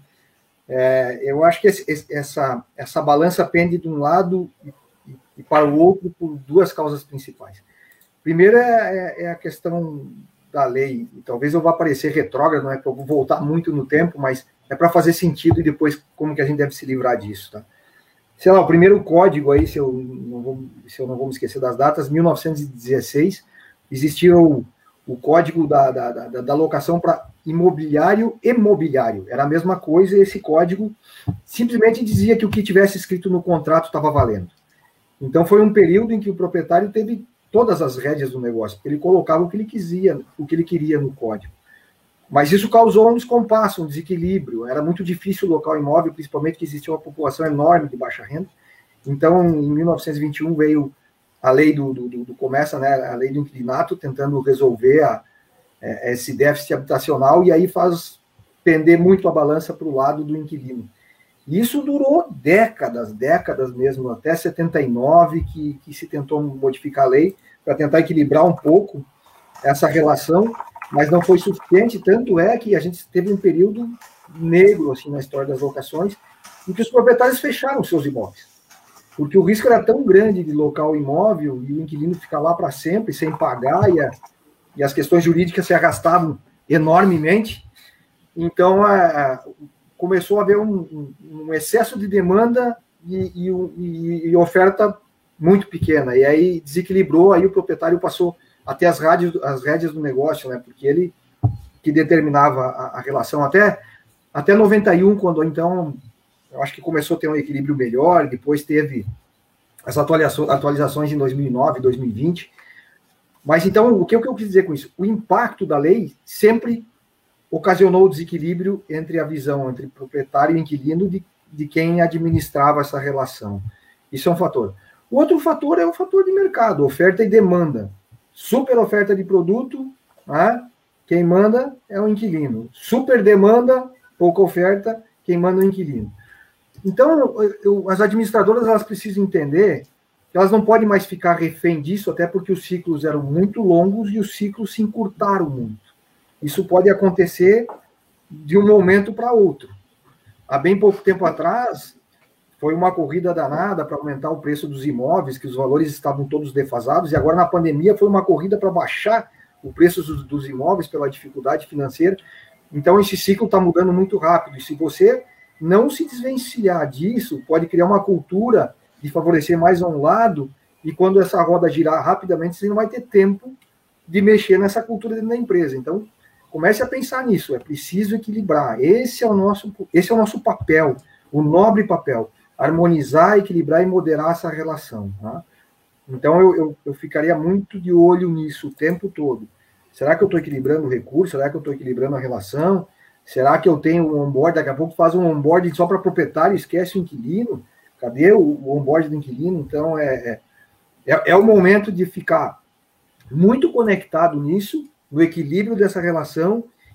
É, eu acho que esse, essa, essa balança pende de um lado e, e para o outro por duas causas principais. Primeiro é, é, é a questão da lei, e talvez eu vá parecer retrógrado, não é para eu voltar muito no tempo, mas é para fazer sentido e depois como que a gente deve se livrar disso, tá? Sei lá, o primeiro código aí, se eu não vou, se eu não vou me esquecer das datas, mil novecentos e dezesseis, existia o, o código da, da, da, da locação para imobiliário e mobiliário. Era a mesma coisa, e esse código simplesmente dizia que o que tivesse escrito no contrato estava valendo. Então foi um período em que o proprietário teve todas as rédeas do negócio, porque ele colocava o que ele quisia, o que ele queria no código. Mas isso causou um descompasso, um desequilíbrio. Era muito difícil locar o imóvel, principalmente que existia uma população enorme de baixa renda. Então, em mil novecentos e vinte e um, veio a lei do, do, do comércio, né, a lei do inquilinato, tentando resolver a, é, esse déficit habitacional, e aí faz pender muito a balança para o lado do inquilino. E isso durou décadas, décadas mesmo, até setenta e nove, que, que se tentou modificar a lei para tentar equilibrar um pouco essa relação, mas não foi suficiente, tanto é que a gente teve um período negro assim, na história das locações, em que os proprietários fecharam seus imóveis. Porque o risco era tão grande de locar o imóvel e o inquilino ficar lá para sempre, sem pagar, e, a, e as questões jurídicas se arrastavam enormemente. Então, a, começou a haver um, um excesso de demanda e, e, e, e oferta muito pequena. E aí desequilibrou, aí o proprietário passou até as, rádios, as rédeas do negócio, né? Porque ele que determinava a, a relação. Até, até noventa e um, quando então... eu acho que começou a ter um equilíbrio melhor, depois teve as atualizações em dois mil e nove, dois mil e vinte. Mas, então, o que eu quis dizer com isso? O impacto da lei sempre ocasionou o desequilíbrio entre a visão entre proprietário e inquilino de, de quem administrava essa relação. Isso é um fator. O outro fator é o fator de mercado, oferta e demanda. Super oferta de produto, né? Quem manda é o inquilino. Super demanda, pouca oferta, quem manda é o inquilino. Então, eu, as administradoras elas precisam entender que elas não podem mais ficar refém disso, até porque os ciclos eram muito longos e os ciclos se encurtaram muito. Isso pode acontecer de um momento para outro. Há bem pouco tempo atrás, foi uma corrida danada para aumentar o preço dos imóveis, que os valores estavam todos defasados, e agora na pandemia foi uma corrida para baixar o preço dos, dos imóveis pela dificuldade financeira. Então, esse ciclo está mudando muito rápido, e se você não se desvencilhar disso, pode criar uma cultura de favorecer mais a um lado, e quando essa roda girar rapidamente, você não vai ter tempo de mexer nessa cultura dentro da empresa. Então, comece a pensar nisso, é preciso equilibrar. Esse é o nosso, esse é o nosso papel, o nobre papel, harmonizar, equilibrar e moderar essa relação. Tá? Então, eu, eu, eu ficaria muito de olho nisso o tempo todo. Será que eu estou equilibrando o recurso? Será que eu estou equilibrando a relação? Será que eu tenho um onboard? Daqui a pouco faz um onboard só para proprietário e esquece o inquilino? Cadê o, o onboard do inquilino? Então, é, é, é o momento de ficar muito conectado nisso, no equilíbrio dessa relação,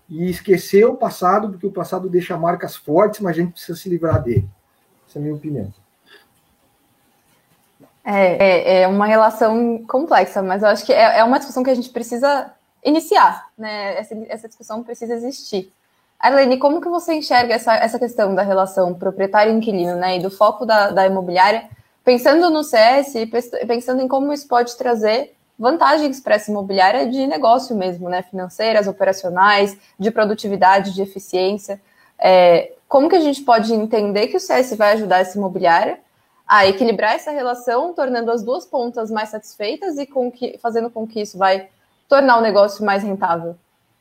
e esquecer o passado, porque o passado deixa marcas fortes, mas a gente precisa se livrar dele. Essa é a minha opinião. É, é, é uma relação complexa, mas eu acho que é, é uma discussão que a gente precisa iniciar, né? Essa, essa discussão precisa existir. Arlene, como que você enxerga essa, essa questão da relação proprietário-inquilino, né, e do foco da, da imobiliária, pensando no C S e pensando em como isso pode trazer vantagens para essa imobiliária de negócio mesmo, né, financeiras, operacionais, de produtividade, de eficiência. É, como que a gente pode entender que o C S vai ajudar essa imobiliária a equilibrar essa relação, tornando as duas pontas mais satisfeitas e com que, fazendo com que isso vai tornar o negócio mais rentável?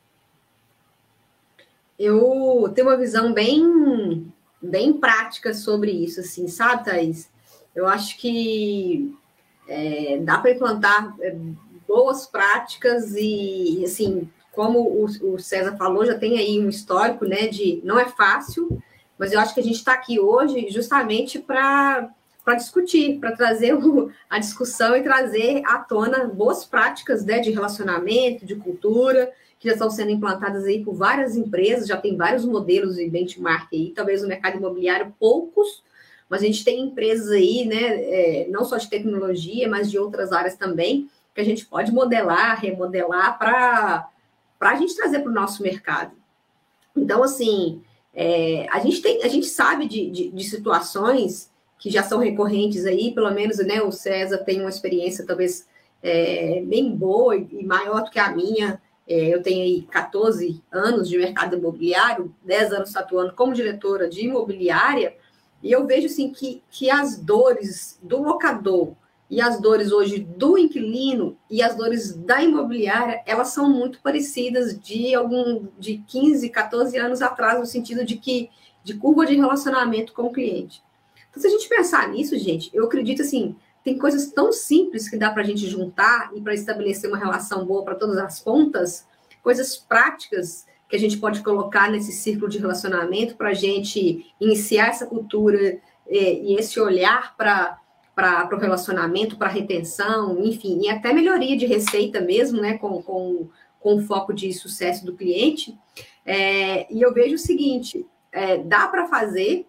Eu tenho uma visão bem, bem prática sobre isso, assim, sabe, Thaís? Eu acho que é, dá para implantar é, boas práticas e, assim, como o, o César falou, já tem aí um histórico, né, de não é fácil, mas eu acho que a gente está aqui hoje justamente para para discutir, para trazer o, a discussão e trazer à tona boas práticas, né, de relacionamento, de cultura, que já estão sendo implantadas aí por várias empresas, já tem vários modelos de benchmark aí, talvez no mercado imobiliário poucos, mas a gente tem empresas aí, né, é, não só de tecnologia, mas de outras áreas também, que a gente pode modelar, remodelar para a gente trazer para o nosso mercado. Então, assim, é, a, gente tem, a gente sabe de, de, de situações que já são recorrentes aí, pelo menos, né, o César tem uma experiência talvez é, bem boa e, e maior do que a minha. É, eu tenho aí quatorze anos de mercado imobiliário, dez anos atuando como diretora de imobiliária, e eu vejo assim, que, que as dores do locador e as dores hoje do inquilino e as dores da imobiliária, elas são muito parecidas de algum de quinze, quatorze anos atrás, no sentido de que de curva de relacionamento com o cliente. Então, se a gente pensar nisso, gente, eu acredito assim, tem coisas tão simples que dá para a gente juntar e para estabelecer uma relação boa para todas as pontas, coisas práticas que a gente pode colocar nesse círculo de relacionamento para a gente iniciar essa cultura e, e esse olhar para para o relacionamento, para a retenção, enfim, e até melhoria de receita mesmo, né, com, com, com o foco de sucesso do cliente. É, e eu vejo o seguinte, é, dá para fazer,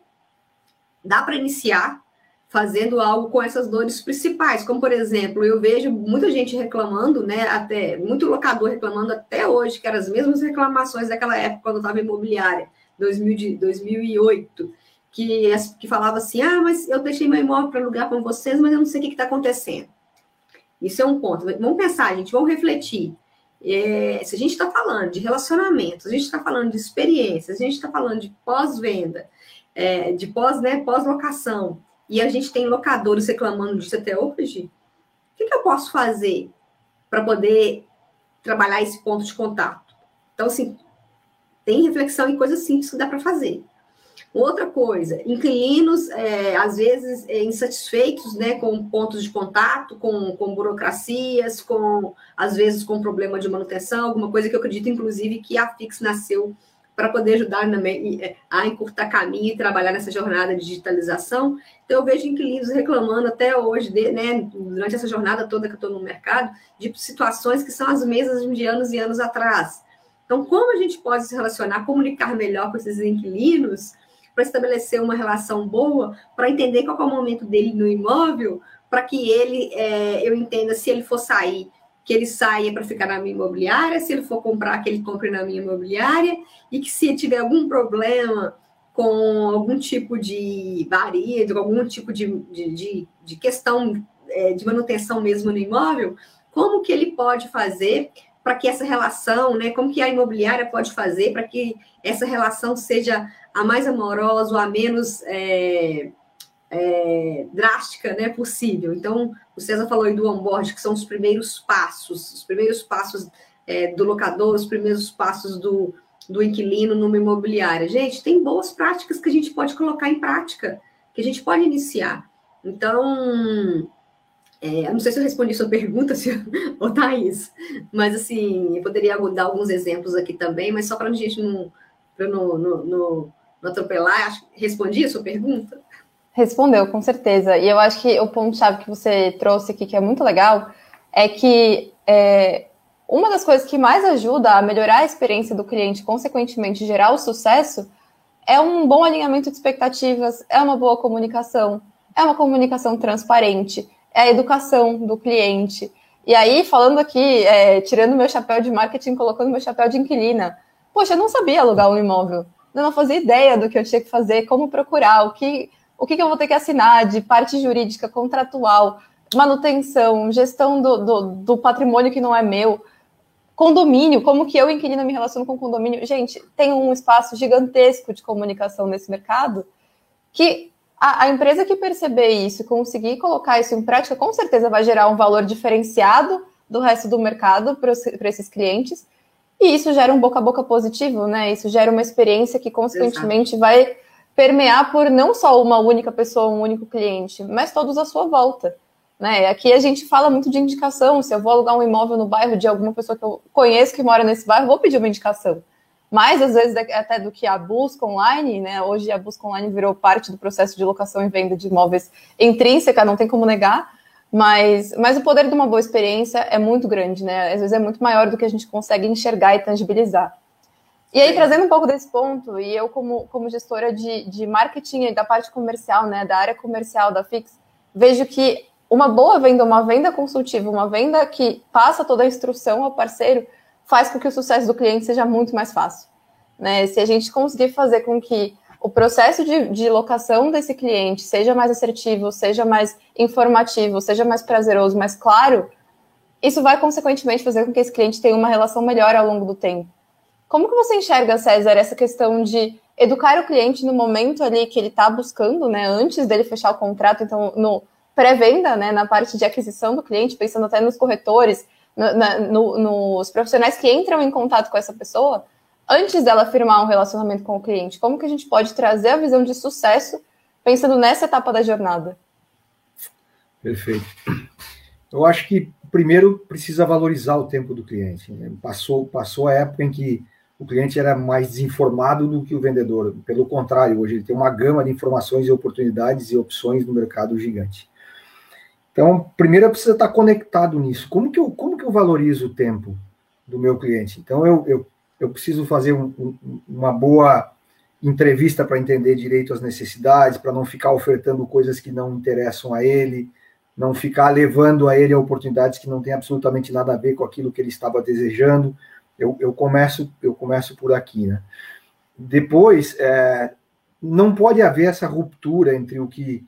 dá para iniciar fazendo algo com essas dores principais, como, por exemplo, eu vejo muita gente reclamando, né, até, muito locador reclamando até hoje, que eram as mesmas reclamações daquela época, quando eu estava imobiliária, dois mil e oito, que, que falava assim, ah, mas eu deixei meu imóvel para alugar com vocês, mas eu não sei o que está acontecendo. Isso é um ponto. Vamos pensar, gente, vamos refletir. É, se a gente está falando de relacionamentos, a gente está falando de experiências, a gente está falando de pós-venda, é, de pós, né, pós-locação, e a gente tem locadores reclamando disso até hoje, o que, que eu posso fazer para poder trabalhar esse ponto de contato? Então, assim, tem reflexão em coisas simples que dá para fazer. Outra coisa, inquilinos, é, às vezes, é, insatisfeitos, né, com pontos de contato, com, com burocracias, com, às vezes, com problema de manutenção, alguma coisa que eu acredito, inclusive, que a Fix nasceu para poder ajudar na, a encurtar caminho e trabalhar nessa jornada de digitalização. Então, eu vejo inquilinos reclamando até hoje, de, né, durante essa jornada toda que eu estou no mercado, de situações que são as mesmas de anos e anos atrás. Então, como a gente pode se relacionar, comunicar melhor com esses inquilinos, para estabelecer uma relação boa, para entender qual é o momento dele no imóvel, para que ele, é, eu entenda, se ele for sair, que ele saia para ficar na minha imobiliária, se ele for comprar, que ele compre na minha imobiliária, e que se tiver algum problema com algum tipo de varia, de algum tipo de, de, de, de questão é, de manutenção mesmo no imóvel, como que ele pode fazer para que essa relação, né, como que a imobiliária pode fazer para que essa relação seja a mais amorosa, ou a menos é, é, drástica, né, possível. Então, o César falou aí do onboard, que são os primeiros passos, os primeiros passos é, do locador, os primeiros passos do, do inquilino numa imobiliária. Gente, tem boas práticas que a gente pode colocar em prática, que a gente pode iniciar. Então, é, eu não sei se eu respondi sua pergunta, se, ô Thaís, mas assim, eu poderia dar alguns exemplos aqui também, mas só para a gente não, pra não, não, não, não atropelar. Acho que respondi a sua pergunta? Respondeu, com certeza. E eu acho que o ponto-chave que você trouxe aqui, que é muito legal, é que é, uma das coisas que mais ajuda a melhorar a experiência do cliente, consequentemente gerar o sucesso, é um bom alinhamento de expectativas, é uma boa comunicação, é uma comunicação transparente, é a educação do cliente. E aí, falando aqui, é, tirando meu chapéu de marketing, colocando meu chapéu de inquilina, poxa, eu não sabia alugar um imóvel, eu não fazia ideia do que eu tinha que fazer, como procurar, o que, o que eu vou ter que assinar de parte jurídica, contratual, manutenção, gestão do, do, do patrimônio que não é meu, condomínio, como que eu, inquilina, me relaciono com o condomínio. Gente, tem um espaço gigantesco de comunicação nesse mercado que a, a empresa que perceber isso e conseguir colocar isso em prática, com certeza vai gerar um valor diferenciado do resto do mercado para esses clientes, e isso gera um boca a boca positivo, né? Isso gera uma experiência que, consequentemente, Exato. Vai permear por não só uma única pessoa, um único cliente, mas todos à sua volta. Né? Aqui a gente fala muito de indicação. Se eu vou alugar um imóvel no bairro de alguma pessoa que eu conheço que mora nesse bairro, vou pedir uma indicação. Mais, às vezes, até do que a busca online, né? Hoje a busca online virou parte do processo de locação e venda de imóveis intrínseca, não tem como negar, mas, mas o poder de uma boa experiência é muito grande, né? Às vezes é muito maior do que a gente consegue enxergar e tangibilizar. E aí, trazendo um pouco desse ponto, e eu como, como gestora de, de marketing e da parte comercial, né, da área comercial da Fix, vejo que uma boa venda, uma venda consultiva, uma venda que passa toda a instrução ao parceiro, faz com que o sucesso do cliente seja muito mais fácil. Né? Se a gente conseguir fazer com que o processo de, de locação desse cliente seja mais assertivo, seja mais informativo, seja mais prazeroso, mais claro, isso vai, consequentemente, fazer com que esse cliente tenha uma relação melhor ao longo do tempo. Como que você enxerga, César, essa questão de educar o cliente no momento ali que ele está buscando, né, antes dele fechar o contrato, então, no pré-venda, né, na parte de aquisição do cliente, pensando até nos corretores, no, na, no, nos profissionais que entram em contato com essa pessoa, antes dela firmar um relacionamento com o cliente? Como que a gente pode trazer a visão de sucesso pensando nessa etapa da jornada? Perfeito. Eu acho que, primeiro, precisa valorizar o tempo do cliente. Passou, passou a época em que o cliente era mais desinformado do que o vendedor. Pelo contrário, hoje ele tem uma gama de informações e oportunidades e opções no mercado gigante. Então, primeiro, precisa estar conectado nisso. Como que eu, como que eu valorizo o tempo do meu cliente? Então, eu, eu, eu preciso fazer um, um, uma boa entrevista para entender direito as necessidades, para não ficar ofertando coisas que não interessam a ele, não ficar levando a ele a oportunidades que não têm absolutamente nada a ver com aquilo que ele estava desejando. Eu, eu, começo, eu começo por aqui, né? Depois, é, não pode haver essa ruptura entre o que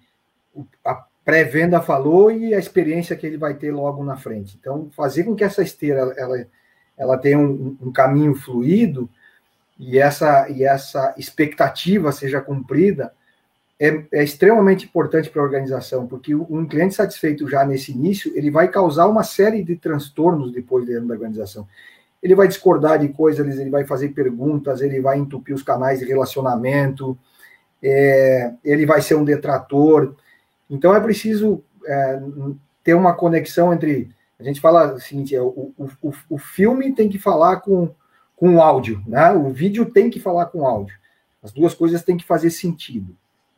a pré-venda falou e a experiência que ele vai ter logo na frente. Então, fazer com que essa esteira ela, ela tenha um, um caminho fluido e essa, e essa expectativa seja cumprida é, é extremamente importante para a organização, porque um cliente satisfeito já nesse início, ele vai causar uma série de transtornos depois dentro da organização. Ele vai discordar de coisas, ele vai fazer perguntas, ele vai entupir os canais de relacionamento, é, ele vai ser um detrator. Então, é preciso é, ter uma conexão entre... A gente fala o seguinte, é, o, o, o filme tem que falar com, com o áudio, né? O vídeo tem que falar com o áudio. As duas coisas têm que fazer sentido.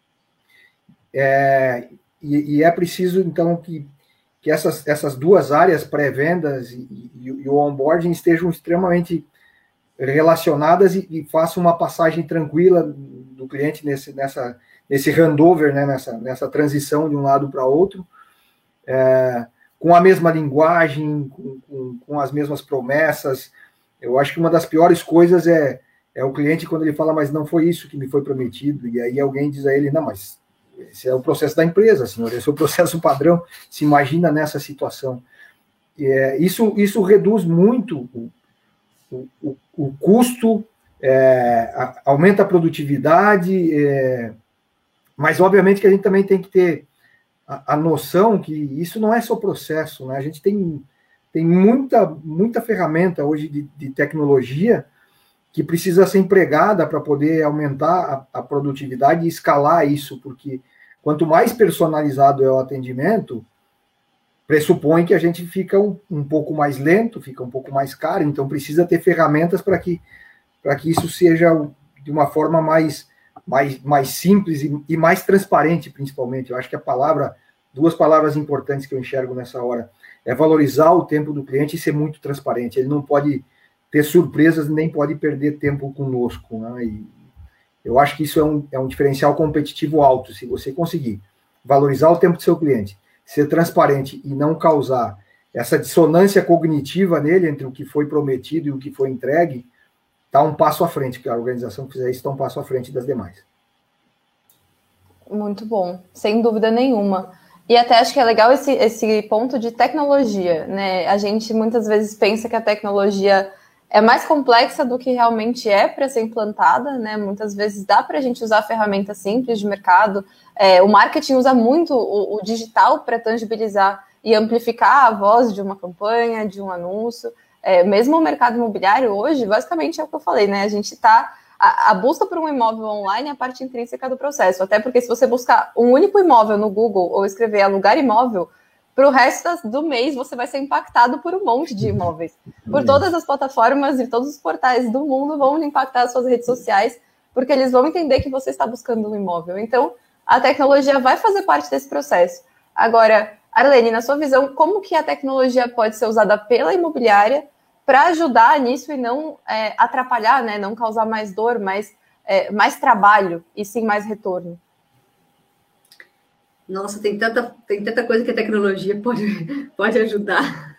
É, e, e é preciso, então, que, que essas, essas duas áreas, pré-vendas e, e, e o onboarding, estejam extremamente relacionadas e, e façam uma passagem tranquila do cliente nesse, nessa, nesse handover, né, nessa, nessa transição de um lado para outro, é, com a mesma linguagem, com, com, com as mesmas promessas. Eu acho que uma das piores coisas é, é o cliente quando ele fala, mas não foi isso que me foi prometido, e aí alguém diz a ele, não, mas esse é o processo da empresa, senhor, esse é o processo padrão, se imagina nessa situação. É, isso, isso reduz muito o, o, o custo, é, a, aumenta a produtividade, é, mas obviamente que a gente também tem que ter a, a noção que isso não é só processo, né? A gente tem, tem muita, muita ferramenta hoje de, de tecnologia que precisa ser empregada para poder aumentar a, a produtividade e escalar isso, porque quanto mais personalizado é o atendimento, pressupõe que a gente fica um, um pouco mais lento, fica um pouco mais caro, então precisa ter ferramentas para que, para que isso seja de uma forma mais, mais, mais simples e, e mais transparente, principalmente. Eu acho que a palavra duas palavras importantes que eu enxergo nessa hora. É valorizar o tempo do cliente e ser muito transparente. Ele não pode ter surpresas, nem pode perder tempo conosco, né? E eu acho que isso é um, é um diferencial competitivo alto. Se você conseguir valorizar o tempo do seu cliente, ser transparente e não causar essa dissonância cognitiva nele entre o que foi prometido e o que foi entregue, está um passo à frente, que a organização que fizer isso está um passo à frente das demais. Muito bom, sem dúvida nenhuma. E até acho que é legal esse, esse ponto de tecnologia, né? A gente muitas vezes pensa que a tecnologia é mais complexa do que realmente é para ser implantada, né? Muitas vezes dá para a gente usar ferramentas simples de mercado. É, o marketing usa muito o, o digital para tangibilizar e amplificar a voz de uma campanha, de um anúncio. É, mesmo o mercado imobiliário hoje, basicamente é o que eu falei, né? A gente está... A, a busca por um imóvel online é a parte intrínseca do processo. Até porque se você buscar um único imóvel no Google ou escrever alugar imóvel, para o resto do mês você vai ser impactado por um monte de imóveis. Por todas as plataformas e todos os portais do mundo vão impactar as suas redes sociais, porque eles vão entender que você está buscando um imóvel. Então, a tecnologia vai fazer parte desse processo. Agora, Arlene, na sua visão, como que a tecnologia pode ser usada pela imobiliária para ajudar nisso e não é, atrapalhar, né? Não causar mais dor, mais, é, mais trabalho e sim mais retorno? Nossa, tem tanta, tem tanta coisa que a tecnologia pode, pode ajudar.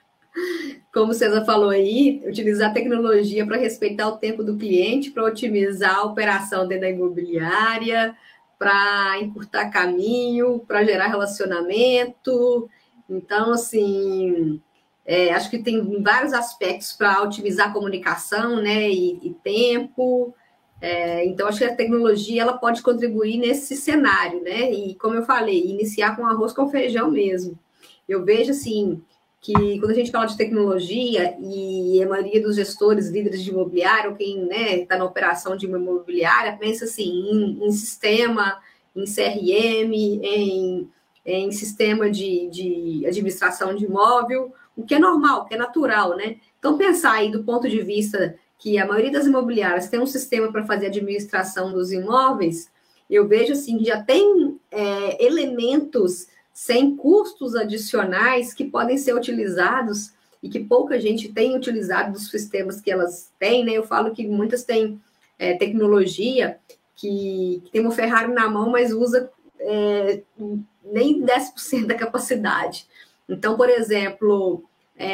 Como o César falou aí, utilizar a tecnologia para respeitar o tempo do cliente, para otimizar a operação dentro da imobiliária, para encurtar caminho, para gerar relacionamento. Então, assim, é, acho que tem vários aspectos para otimizar a comunicação, né, e, e tempo. É, então, acho que a tecnologia ela pode contribuir nesse cenário, né? E, como eu falei, iniciar com arroz com feijão mesmo. Eu vejo, assim, que quando a gente fala de tecnologia e a maioria dos gestores, líderes de imobiliário, quem está, né, na operação de uma imobiliária, pensa, assim, em, em sistema, em C R M, em, em sistema de, de administração de imóvel, o que é normal, o que é natural, né? Então, pensar aí do ponto de vista que a maioria das imobiliárias tem um sistema para fazer a administração dos imóveis, eu vejo assim que já tem é, elementos sem custos adicionais que podem ser utilizados e que pouca gente tem utilizado dos sistemas que elas têm, né? Eu falo que muitas têm é, tecnologia que, que tem uma Ferrari na mão, mas usa é, nem dez por cento da capacidade. Então, por exemplo...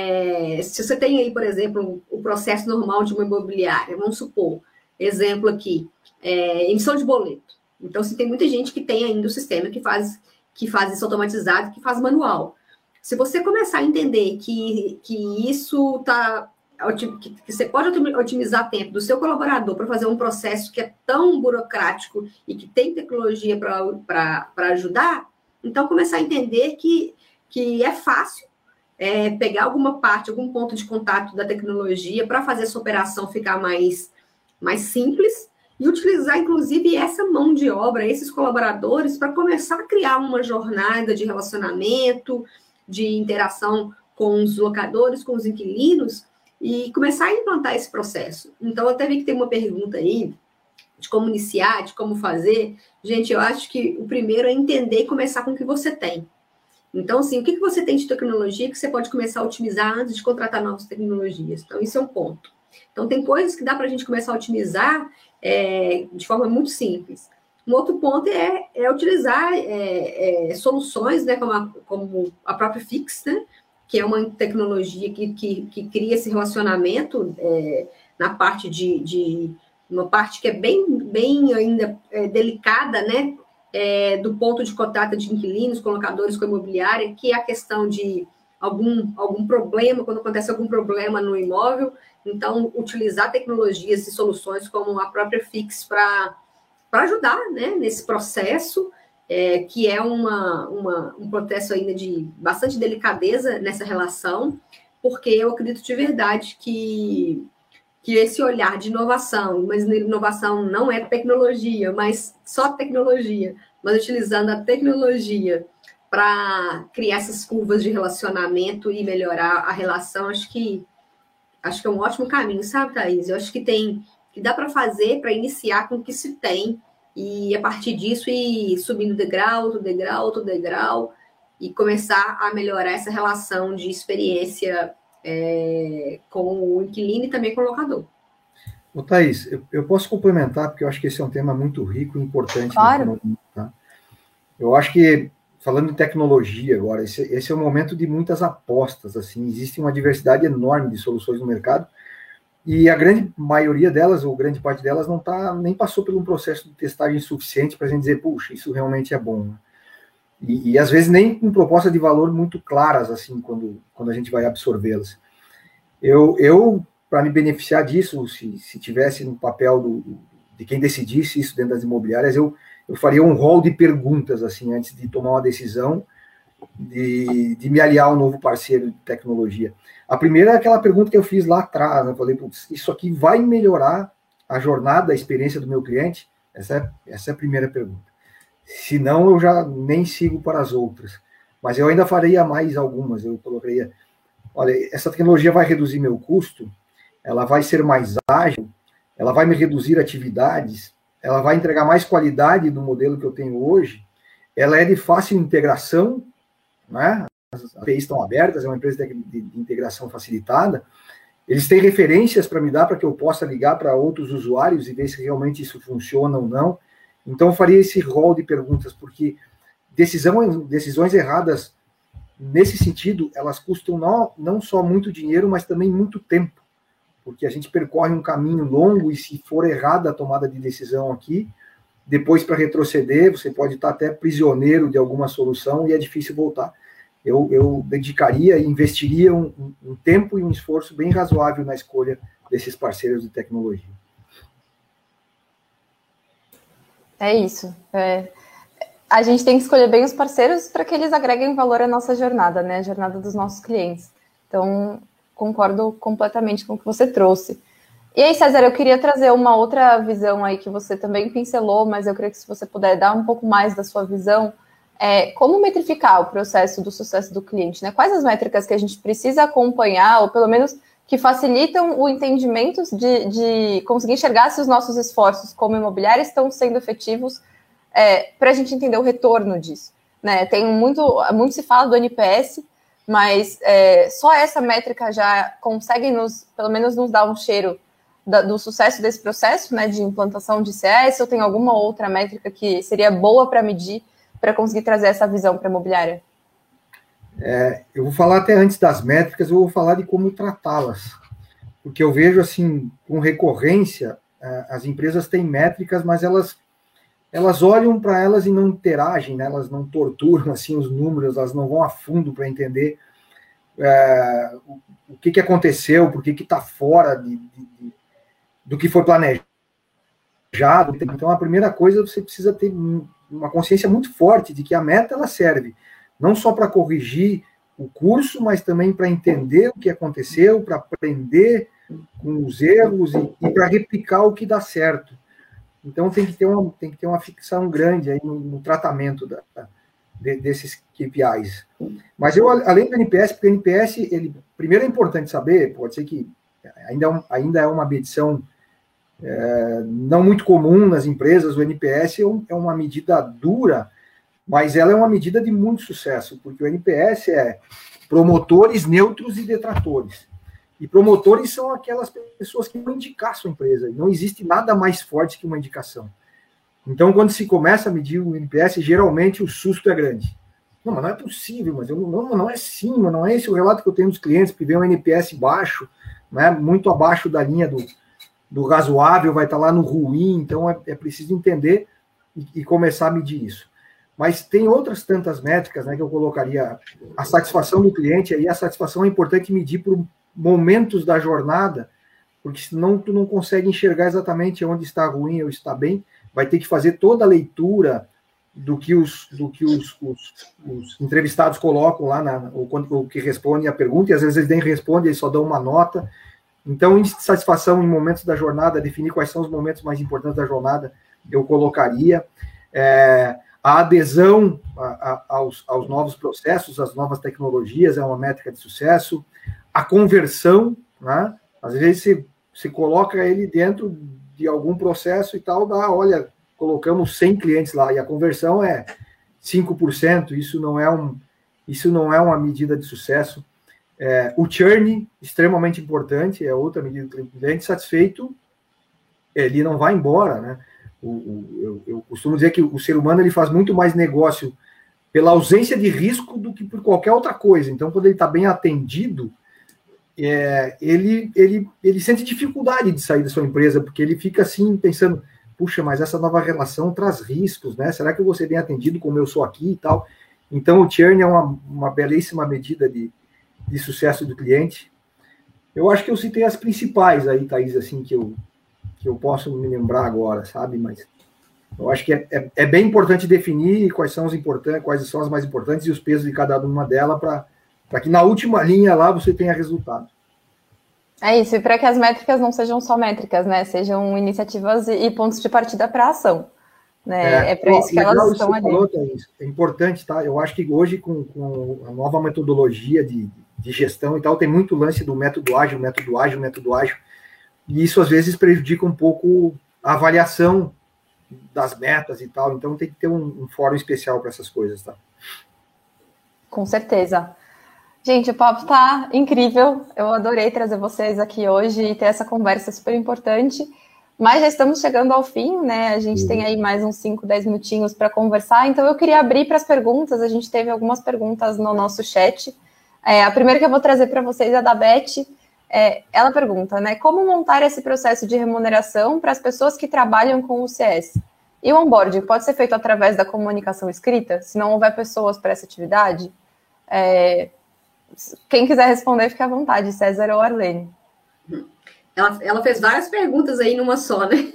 É, se você tem aí, por exemplo, o processo normal de uma imobiliária, vamos supor, exemplo aqui, é, emissão de boleto. Então, se tem muita gente que tem ainda o sistema que faz, que faz isso automatizado, que faz manual. Se você começar a entender que, que isso está... Que, que você pode otimizar tempo do seu colaborador para fazer um processo que é tão burocrático e que tem tecnologia para ajudar, então começar a entender que, que é fácil É, pegar alguma parte, algum ponto de contato da tecnologia para fazer essa operação ficar mais, mais simples e utilizar, inclusive, essa mão de obra, esses colaboradores, para começar a criar uma jornada de relacionamento, de interação com os locadores, com os inquilinos, e começar a implantar esse processo. Então, eu até vi que tem uma pergunta aí de como iniciar, de como fazer. Gente, eu acho que o primeiro é entender e começar com o que você tem. Então, assim, o que você tem de tecnologia que você pode começar a otimizar antes de contratar novas tecnologias? Então, isso é um ponto. Então, tem coisas que dá para a gente começar a otimizar é, de forma muito simples. Um outro ponto é, é utilizar é, é, soluções, né, como, a, como a própria Fix, né, que é uma tecnologia que, que, que cria esse relacionamento é, na parte de, de... uma parte que é bem, bem ainda é, delicada, né? É, do ponto de contato de inquilinos, colocadores com a imobiliária, que é a questão de algum, algum problema, quando acontece algum problema no imóvel, então utilizar tecnologias e soluções como a própria Fix para ajudar, né, nesse processo, é, que é uma, uma, um processo ainda de bastante delicadeza nessa relação, porque eu acredito de verdade que que esse olhar de inovação, mas inovação não é tecnologia, mas só tecnologia, mas utilizando a tecnologia para criar essas curvas de relacionamento e melhorar a relação, acho que acho que é um ótimo caminho, sabe, Thaís? Eu acho que tem que dá para fazer para iniciar com o que se tem e a partir disso ir subindo degrau, outro degrau, outro degrau e começar a melhorar essa relação de experiência é, com o inquilino e também com o locador. Ô, Thaís, eu, eu posso complementar, porque eu acho que esse é um tema muito rico e importante. Claro. No, tá? Eu acho que, falando em tecnologia agora, esse, esse é um momento de muitas apostas, assim, existe uma diversidade enorme de soluções no mercado, e a grande maioria delas, ou grande parte delas, não tá, nem passou por um processo de testagem suficiente para a gente dizer, puxa, isso realmente é bom, né? E, e, às vezes, nem com propostas de valor muito claras, assim, quando, quando a gente vai absorvê-las. Eu, eu para me beneficiar disso, se, se tivesse no papel do, de quem decidisse isso dentro das imobiliárias, eu, eu faria um rol de perguntas, assim, antes de tomar uma decisão de, de me aliar a um novo parceiro de tecnologia. A primeira é aquela pergunta que eu fiz lá atrás, né? Eu falei, putz, isso aqui vai melhorar a jornada, a experiência do meu cliente? Essa é, essa é a primeira pergunta. Se não, eu já nem sigo para as outras. Mas eu ainda faria mais algumas. Eu colocaria, olha, essa tecnologia vai reduzir meu custo, ela vai ser mais ágil, ela vai me reduzir atividades, ela vai entregar mais qualidade do modelo que eu tenho hoje, ela é de fácil integração, né? As A P Is estão abertas, é uma empresa de, de, de integração facilitada, eles têm referências para me dar para que eu possa ligar para outros usuários e ver se realmente isso funciona ou não. Então, eu faria esse rol de perguntas, porque decisão, decisões erradas, nesse sentido, elas custam não, não só muito dinheiro, mas também muito tempo, porque a gente percorre um caminho longo e se for errada a tomada de decisão aqui, depois para retroceder, você pode estar até prisioneiro de alguma solução e é difícil voltar. Eu, eu dedicaria e investiria um, um tempo e um esforço bem razoável na escolha desses parceiros de tecnologia. É isso. É, a gente tem que escolher bem os parceiros para que eles agreguem valor à nossa jornada, né? A jornada dos nossos clientes. Então, concordo completamente com o que você trouxe. E aí, César, eu queria trazer uma outra visão aí que você também pincelou, mas eu queria que se você puder dar um pouco mais da sua visão, é, como metrificar o processo do sucesso do cliente, né? Quais as métricas que a gente precisa acompanhar, ou pelo menos que facilitam o entendimento de, de conseguir enxergar se os nossos esforços como imobiliária estão sendo efetivos, é, para a gente entender o retorno disso, né? Tem muito, muito se fala do N P S, mas é, só essa métrica já consegue nos, pelo menos nos dar um cheiro da, do sucesso desse processo, né, de implantação de C S, ou tem alguma outra métrica que seria boa para medir, para conseguir trazer essa visão para a imobiliária? É, eu vou falar até antes das métricas, eu vou falar de como tratá-las, porque eu vejo, assim, com recorrência, as empresas têm métricas, mas elas, elas olham para elas e não interagem, né? Elas não torturam, assim, os números, elas não vão a fundo para entender é, o, o que, que aconteceu, por que está fora de, de, de, do que foi planejado. Então, a primeira coisa, você precisa ter uma consciência muito forte de que a meta, ela serve não só para corrigir o curso, mas também para entender o que aconteceu, para aprender com os erros e, e para replicar o que dá certo. Então, tem que ter uma, tem que ter uma fixação grande aí no, no tratamento da, de, desses K P Is. Mas eu, além do N P S, porque o N P S, ele, primeiro é importante saber, pode ser que ainda é, um, ainda é uma medição é, não muito comum nas empresas, o N P S é, um, é uma medida dura, mas ela é uma medida de muito sucesso, porque o N P S é promotores, neutros e detratores. E promotores são aquelas pessoas que vão indicar a sua empresa. Não existe nada mais forte que uma indicação. Então, quando se começa a medir o N P S, geralmente o susto é grande. Não, mas não é possível, mas eu, não, não é assim, mas não é esse o relato que eu tenho dos clientes, que vem um N P S baixo, né, muito abaixo da linha do, do razoável, vai estar lá no ruim, então é, é preciso entender e, e começar a medir isso. Mas tem outras tantas métricas, né, que eu colocaria. A satisfação do cliente, aí a satisfação é importante medir por momentos da jornada, porque senão tu não consegue enxergar exatamente onde está ruim ou está bem, vai ter que fazer toda a leitura do que os, do que os, os, os entrevistados colocam lá, na, ou, ou que respondem a pergunta, e às vezes eles nem respondem, eles só dão uma nota. Então, índice de satisfação em momentos da jornada, definir quais são os momentos mais importantes da jornada, eu colocaria. É, a adesão a, a, aos, aos novos processos, às novas tecnologias, é uma métrica de sucesso. A conversão, né? Às vezes você, você coloca ele dentro de algum processo e tal, dá, olha, colocamos cem clientes lá, e a conversão é cinco por cento, isso não é um, isso não é uma medida de sucesso. É, o churn, extremamente importante, é outra medida. O cliente satisfeito, ele não vai embora, né? O, o, eu, eu costumo dizer que o ser humano ele faz muito mais negócio pela ausência de risco do que por qualquer outra coisa. Então, quando ele está bem atendido, é, ele, ele, ele sente dificuldade de sair da sua empresa, porque ele fica assim, pensando, puxa, mas essa nova relação traz riscos, né? Será que eu vou ser bem atendido como eu sou aqui e tal? Então, o churn é uma, uma belíssima medida de, de sucesso do cliente. Eu acho que eu citei as principais aí, Thaís, assim, que eu, que eu posso me lembrar agora, sabe? Mas eu acho que é, é, é bem importante definir quais são os importantes, quais são as mais importantes e os pesos de cada uma delas para que na última linha lá você tenha resultado. É isso, e para que as métricas não sejam só métricas, né? Sejam iniciativas e, e pontos de partida para a ação. Né? É, é para isso que elas estão ali. Falou, Thaís, é importante, tá? Eu acho que hoje, com, com a nova metodologia de, de gestão e tal, tem muito lance do método ágil, método ágil, método ágil, e isso às vezes prejudica um pouco a avaliação das metas e tal, então tem que ter um, um fórum especial para essas coisas, tá? Com certeza. Gente, o papo tá incrível, eu adorei trazer vocês aqui hoje e ter essa conversa super importante. Mas já estamos chegando ao fim, né? A gente uhum. tem aí mais uns cinco, dez minutinhos para conversar. Então, eu queria abrir para as perguntas. A gente teve algumas perguntas no nosso chat. É, a primeira que eu vou trazer para vocês é a da Beth. É, ela pergunta, né? Como montar esse processo de remuneração para as pessoas que trabalham com o C S? E o onboarding pode ser feito através da comunicação escrita? Se não houver pessoas para essa atividade? É, quem quiser responder, fique à vontade, César ou Arlene. Ela, ela fez várias perguntas aí numa só, né?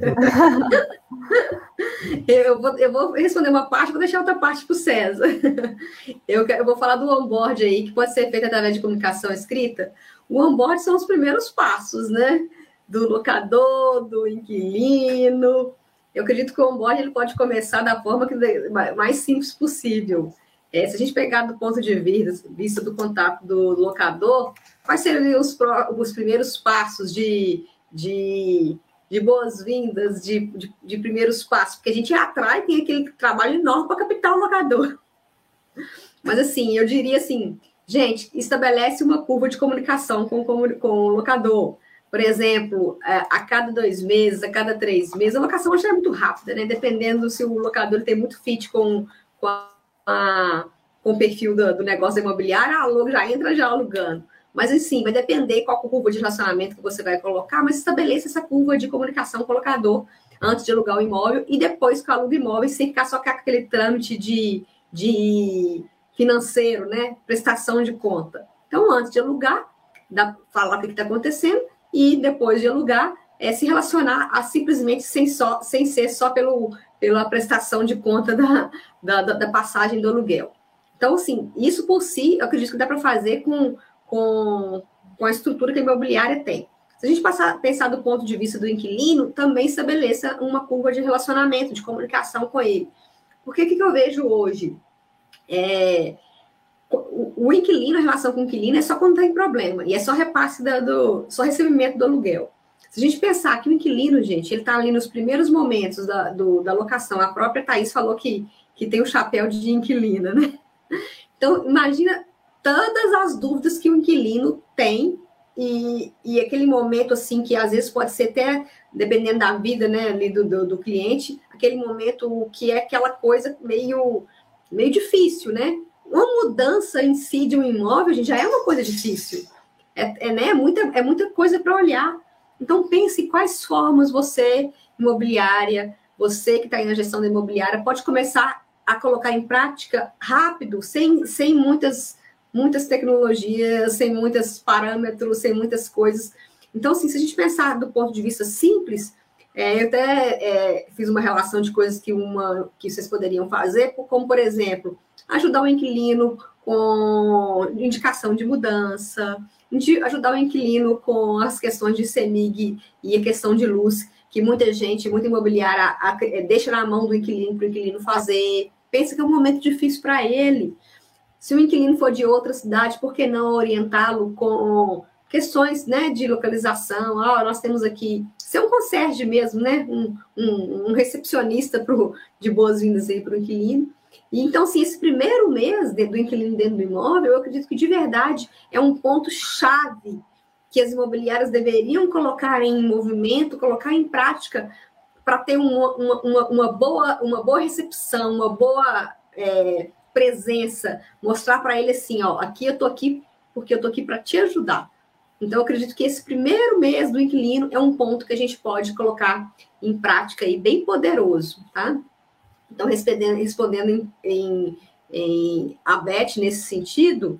eu, vou, eu vou responder uma parte, vou deixar outra parte para o César. Eu, eu vou falar do onboard aí, que pode ser feito através de comunicação escrita. O onboard são os primeiros passos, né? Do locador, do inquilino. Eu acredito que o onboard ele pode começar da forma que, mais simples possível. É, se a gente pegar do ponto de vista, vista do contato do locador, quais seriam os, os primeiros passos de, de, de boas-vindas, de, de, de primeiros passos? Porque a gente atrai, tem aquele trabalho enorme para captar o locador. Mas, assim, eu diria assim, gente, estabelece uma curva de comunicação com, com, com o locador. Por exemplo, a cada dois meses, a cada três meses, a locação hoje é muito rápida, né? Dependendo se o locador tem muito fit com, com, a, com o perfil do, do negócio imobiliário, a já entra já alugando. Mas, assim, vai depender qual curva de relacionamento que você vai colocar, mas estabeleça essa curva de comunicação com o locador antes de alugar o imóvel e depois que aluga o imóvel, sem ficar só com aquele trâmite de, de financeiro, né? Prestação de conta. Então, antes de alugar, dá, falar o que está acontecendo e depois de alugar, é, se relacionar a simplesmente sem, só, sem ser só pelo, pela prestação de conta da, da, da passagem do aluguel. Então, assim, isso por si, eu acredito que dá para fazer com... Com, com a estrutura que a imobiliária tem. Se a gente passar, pensar do ponto de vista do inquilino, também estabeleça uma curva de relacionamento, de comunicação com ele. Porque o que, que eu vejo hoje? É, o, o inquilino, a relação com o inquilino é só quando tem problema, e é só repasse da, do, só recebimento do aluguel. Se a gente pensar que o inquilino, gente, ele está ali nos primeiros momentos da, do, da locação, a própria Thaís falou que, que tem o chapéu de inquilina, né? Então, imagina todas as dúvidas que o inquilino tem e, e aquele momento, assim, que às vezes pode ser até, dependendo da vida, né, ali do, do, do cliente, aquele momento que é aquela coisa meio, meio difícil, né? Uma mudança em si de um imóvel, gente, já é uma coisa difícil. É, é, né, muita, é muita coisa para olhar. Então, pense quais formas você, imobiliária, você que está aí na gestão da imobiliária, pode começar a colocar em prática rápido, sem, sem muitas... muitas tecnologias, sem muitos parâmetros, sem muitas coisas. Então, assim, se a gente pensar do ponto de vista simples, é, eu até é, fiz uma relação de coisas que, uma, que vocês poderiam fazer, como, por exemplo, ajudar o inquilino com indicação de mudança, ajudar o inquilino com as questões de CEMIG e a questão de luz, que muita gente, muita imobiliária a, a, deixa na mão do inquilino para o inquilino fazer. Pensa que é um momento difícil para ele. Se o inquilino for de outra cidade, por que não orientá-lo com questões, né, de localização? Ah, nós temos aqui... Ser um concierge mesmo, né? Um, um, um recepcionista pro, de boas-vindas aí para o inquilino. E então, assim, esse primeiro mês do inquilino dentro do imóvel, eu acredito que de verdade é um ponto-chave que as imobiliárias deveriam colocar em movimento, colocar em prática para ter uma, uma, uma, boa, uma boa recepção, uma boa é, presença, mostrar para ele assim, ó, aqui eu estou aqui porque eu estou aqui para te ajudar. Então, eu acredito que esse primeiro mês do inquilino é um ponto que a gente pode colocar em prática aí, bem poderoso, tá? Então, respondendo, respondendo em, em, em a Beth nesse sentido,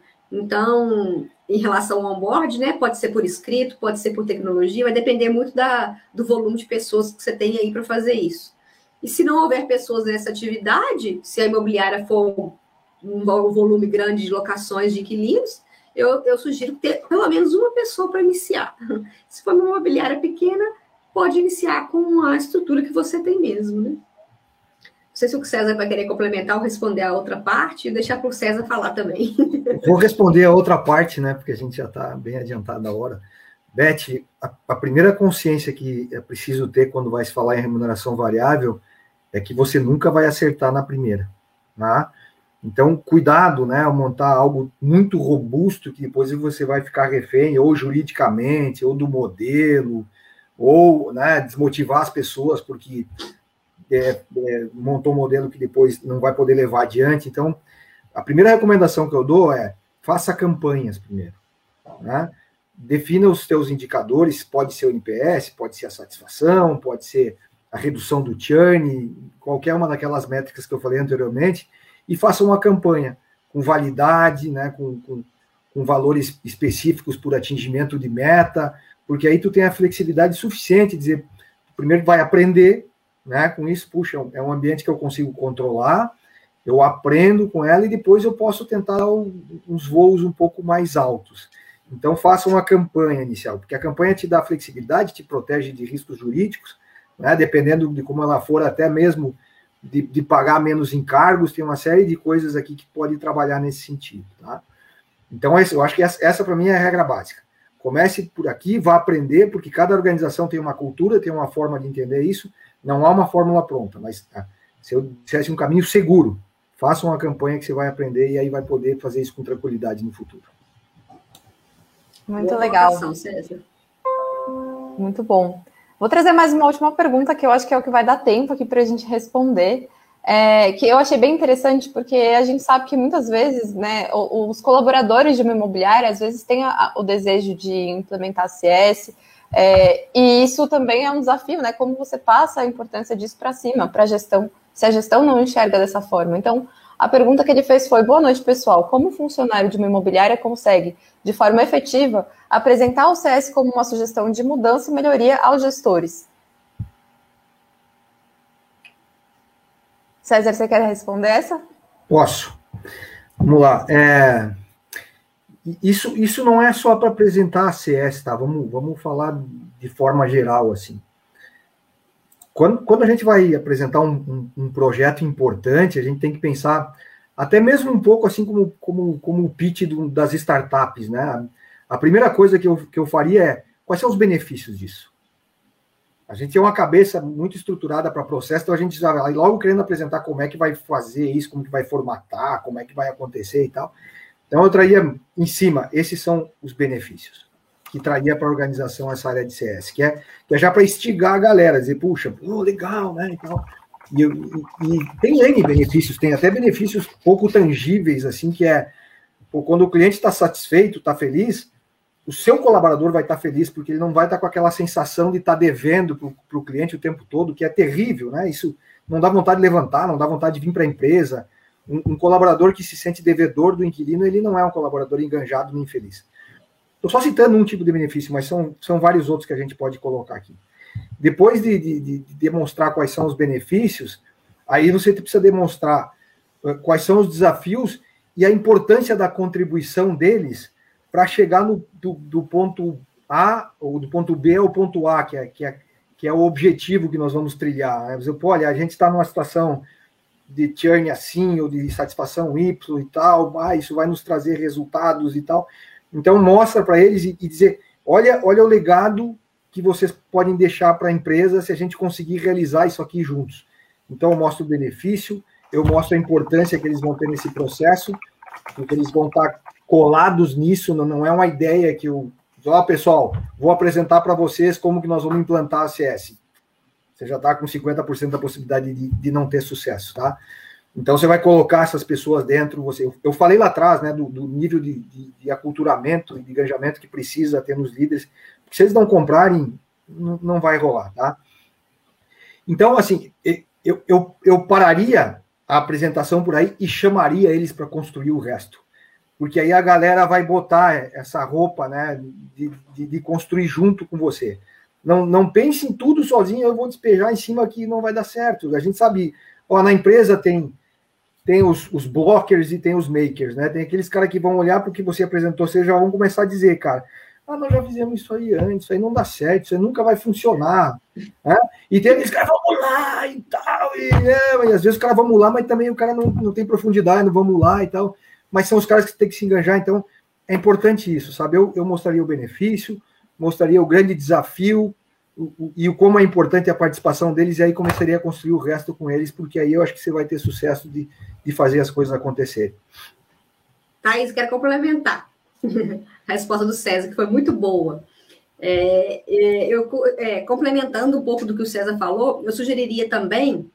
então, em relação ao onboard, né, pode ser por escrito, pode ser por tecnologia, vai depender muito da, do volume de pessoas que você tem aí para fazer isso. E se não houver pessoas nessa atividade, se a imobiliária for um volume grande de locações de inquilinos, eu, eu sugiro ter pelo menos uma pessoa para iniciar. Se for uma imobiliária pequena, pode iniciar com a estrutura que você tem mesmo, né? Não sei se o César vai querer complementar ou responder a outra parte e deixar para o César falar também. Vou responder a outra parte, né? Porque a gente já está bem adiantado da hora. Beth, a, a primeira consciência que é preciso ter quando vai se falar em remuneração variável é que você nunca vai acertar na primeira, tá? Então, cuidado, né? Ao montar algo muito robusto que depois você vai ficar refém, ou juridicamente, ou do modelo, ou, né, desmotivar as pessoas porque É, é, montou um modelo que depois não vai poder levar adiante. Então, a primeira recomendação que eu dou é faça campanhas primeiro, né? Defina os seus indicadores, pode ser o N P S, pode ser a satisfação, pode ser a redução do churn, qualquer uma daquelas métricas que eu falei anteriormente, e faça uma campanha com validade, né, com, com, com valores específicos por atingimento de meta, porque aí tu tem a flexibilidade suficiente de dizer, primeiro vai aprender, né, com isso, puxa, é um ambiente que eu consigo controlar, eu aprendo com ela e depois eu posso tentar uns voos um pouco mais altos. Então, faça uma campanha inicial, porque a campanha te dá flexibilidade, te protege de riscos jurídicos, né, dependendo de como ela for, até mesmo de, de pagar menos encargos, tem uma série de coisas aqui que pode trabalhar nesse sentido. Tá? Então, eu acho que essa, essa para mim, é a regra básica. Comece por aqui, vá aprender, porque cada organização tem uma cultura, tem uma forma de entender isso. Não há uma fórmula pronta, mas tá, se eu dissesse um caminho seguro, faça uma campanha que você vai aprender e aí vai poder fazer isso com tranquilidade no futuro. Muito legal. Muito bom. Vou trazer mais uma última pergunta, que eu acho que é o que vai dar tempo aqui para a gente responder, é, que eu achei bem interessante, porque a gente sabe que muitas vezes, né, os colaboradores de uma imobiliária, às vezes, têm a, o desejo de implementar C S, É, e isso também é um desafio, né? Como você passa a importância disso para cima, para a gestão, se a gestão não enxerga dessa forma. Então, a pergunta que ele fez foi: boa noite, pessoal. Como o funcionário de uma imobiliária consegue, de forma efetiva, apresentar o C S como uma sugestão de mudança e melhoria aos gestores? César, você quer responder essa? Posso. Vamos lá. É... Isso, isso não é só para apresentar a C S, tá? Vamos, vamos falar de forma geral, assim. Quando, quando a gente vai apresentar um, um, um projeto importante, a gente tem que pensar, até mesmo um pouco assim como, como, como o pitch do, das startups, né? A primeira coisa que eu, que eu faria é, quais são os benefícios disso? A gente tem uma cabeça muito estruturada para processo, então a gente já vai logo querendo apresentar como é que vai fazer isso, como que vai formatar, como é que vai acontecer e tal. Então, eu traria em cima, esses são os benefícios que traria para a organização essa área de C S, que é, que é já para instigar a galera, dizer, puxa, oh, legal, né, e tal. E, e, e tem N benefícios, tem até benefícios pouco tangíveis, assim, que é, pô, quando o cliente está satisfeito, está feliz, o seu colaborador vai estar feliz, porque ele não vai estar com aquela sensação de estar devendo para o cliente o tempo todo, que é terrível, né, isso não dá vontade de levantar, não dá vontade de vir para a empresa. Um, um colaborador que se sente devedor do inquilino, ele não é um colaborador enganjado nem feliz. Estou só citando um tipo de benefício, mas são, são vários outros que a gente pode colocar aqui. Depois de, de, de demonstrar quais são os benefícios, aí você precisa demonstrar quais são os desafios e a importância da contribuição deles para chegar no, do, do ponto A, ou do ponto B ao ponto A, que é, que é, que é o objetivo que nós vamos trilhar. Né? Você, pô, olha, a gente está numa situação de churn assim, ou de satisfação Y e tal, ah, isso vai nos trazer resultados e tal. Então, mostra para eles e, e dizer, olha, olha o legado que vocês podem deixar para a empresa se a gente conseguir realizar isso aqui juntos. Então, eu mostro o benefício, eu mostro a importância que eles vão ter nesse processo, porque eles vão estar colados nisso, não, não é uma ideia que eu... Ó, pessoal, vou apresentar para vocês como que nós vamos implantar a C S. Você já está com cinquenta por cento da possibilidade de, de não ter sucesso, tá? Então, você vai colocar essas pessoas dentro, você... Eu falei lá atrás, né, do, do nível de, de, de aculturamento e de engajamento que precisa ter nos líderes, porque se eles não comprarem, não, não vai rolar, tá? Então, assim, eu, eu, eu pararia a apresentação por aí e chamaria eles para construir o resto. Porque aí a galera vai botar essa roupa, né, de, de, de construir junto com você. Não, não pense em tudo sozinho, eu vou despejar em cima que não vai dar certo. A gente sabe, ó, na empresa tem, tem os, os blockers e tem os makers, né? Tem aqueles caras que vão olhar para o que você apresentou, vocês já vão começar a dizer, cara, ah, nós já fizemos isso aí antes, isso aí não dá certo, isso aí nunca vai funcionar. Né? E tem aqueles caras, vamos lá e tal, e, é, e às vezes o cara vamos lá, mas também o cara não, não tem profundidade, não vamos lá e tal. Mas são os caras que têm que se engajar, então é importante isso, sabe? Eu, eu mostraria o benefício, mostraria o grande desafio o, o, e o como é importante a participação deles, e aí começaria a construir o resto com eles, porque aí eu acho que você vai ter sucesso de, de fazer as coisas acontecerem. Thaís, quero complementar a resposta do César, que foi muito boa. É, é, eu, é, complementando um pouco do que o César falou, eu sugeriria também,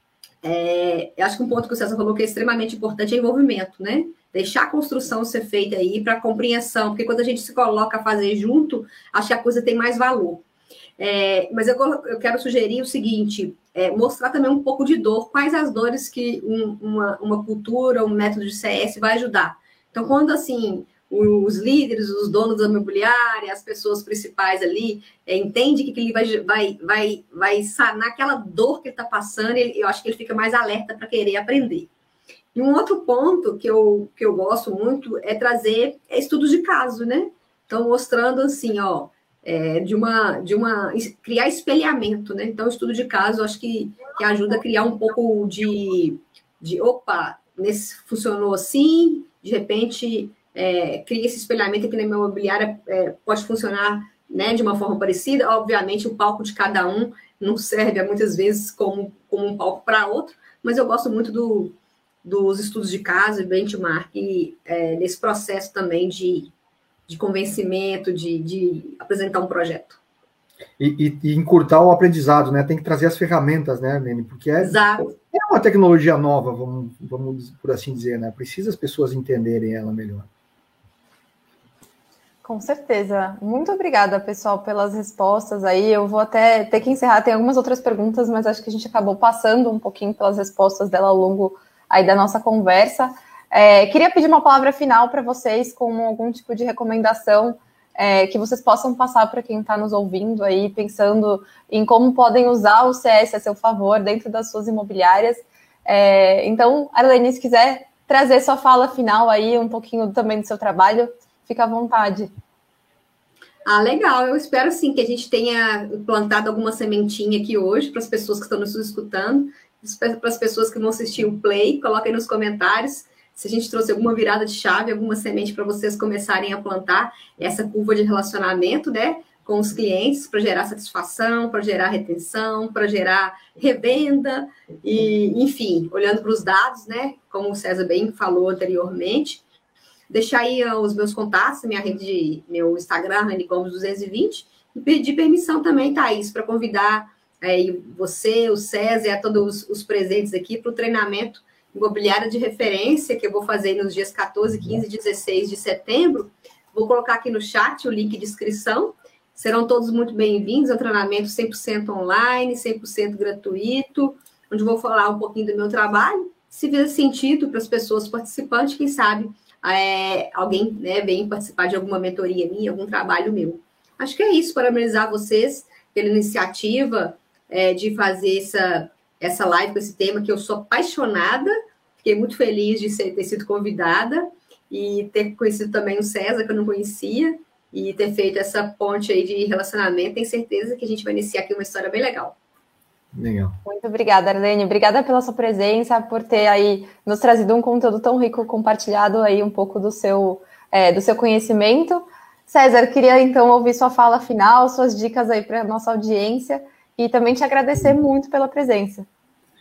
é, eu acho que um ponto que o César falou que é extremamente importante é envolvimento, né? Deixar a construção ser feita aí para compreensão, porque quando a gente se coloca a fazer junto, acho que a coisa tem mais valor. É, mas eu, eu quero sugerir o seguinte, é, mostrar também um pouco de dor, quais as dores que um, uma, uma cultura, um método de C S vai ajudar. Então, quando, assim, os líderes, os donos da imobiliária, as pessoas principais ali, é, entendem que ele vai, vai, vai, vai sanar aquela dor que ele está passando, ele, eu acho que ele fica mais alerta para querer aprender. E um outro ponto que eu, que eu gosto muito é trazer estudos de caso, né? Então, mostrando assim, ó, é, de uma, de uma, criar espelhamento, né? Então, estudo de caso, acho que, que ajuda a criar um pouco de, de opa, nesse funcionou assim, de repente, é, cria esse espelhamento aqui na minha imobiliária, é, pode funcionar, né, de uma forma parecida. Obviamente, o palco de cada um não serve, muitas vezes, como, como um palco para outro, mas eu gosto muito do dos estudos de caso e benchmark, e, é, nesse processo também de, de convencimento, de, de apresentar um projeto. E, e, e encurtar o aprendizado, né? Tem que trazer as ferramentas, né, Nene? Porque é, é uma tecnologia nova, vamos, vamos por assim dizer, né? Precisa as pessoas entenderem ela melhor. Com certeza. Muito obrigada, pessoal, pelas respostas aí. Eu vou até ter que encerrar, tem algumas outras perguntas, mas acho que a gente acabou passando um pouquinho pelas respostas dela ao longo aí da nossa conversa. É, queria pedir uma palavra final para vocês, com algum tipo de recomendação é, que vocês possam passar para quem está nos ouvindo aí, pensando em como podem usar o C S a seu favor dentro das suas imobiliárias. É, então, Arlene, se quiser trazer sua fala final aí, um pouquinho também do seu trabalho, fica à vontade. Ah, legal. Eu espero, sim, que a gente tenha plantado alguma sementinha aqui hoje para as pessoas que estão nos escutando, para as pessoas que vão assistir o play. Coloquem nos comentários se a gente trouxe alguma virada de chave, alguma semente para vocês começarem a plantar essa curva de relacionamento, né, com os clientes, para gerar satisfação, para gerar retenção, para gerar revenda, e, enfim, olhando para os dados, né, como o César bem falou anteriormente. Deixar aí os meus contatos, minha rede, de, meu Instagram, Rani Gomes duzentos e vinte, e pedir permissão também, Thaís, para convidar é, você, o César e a todos os, os presentes aqui para o treinamento imobiliário de referência, que eu vou fazer nos dias quatorze, quinze e dezesseis de setembro. Vou colocar aqui no chat o link de inscrição. Serão todos muito bem-vindos. É um treinamento cem por cento online, cem por cento gratuito, onde vou falar um pouquinho do meu trabalho. Se fizer sentido para as pessoas participantes, quem sabe é, alguém, né, vem participar de alguma mentoria minha, algum trabalho meu. Acho que é isso, parabenizar vocês pela iniciativa é, de fazer essa, essa live com esse tema, que eu sou apaixonada. Fiquei muito feliz de ser, ter sido convidada e ter conhecido também o César, que eu não conhecia, e ter feito essa ponte aí de relacionamento. Tenho certeza que a gente vai iniciar aqui uma história bem legal. Legal. Muito obrigada, Arlene. Obrigada pela sua presença, por ter aí nos trazido um conteúdo tão rico, compartilhado aí um pouco do seu, é, do seu conhecimento. César, queria então ouvir sua fala final, suas dicas aí para a nossa audiência, e também te agradecer muito pela presença.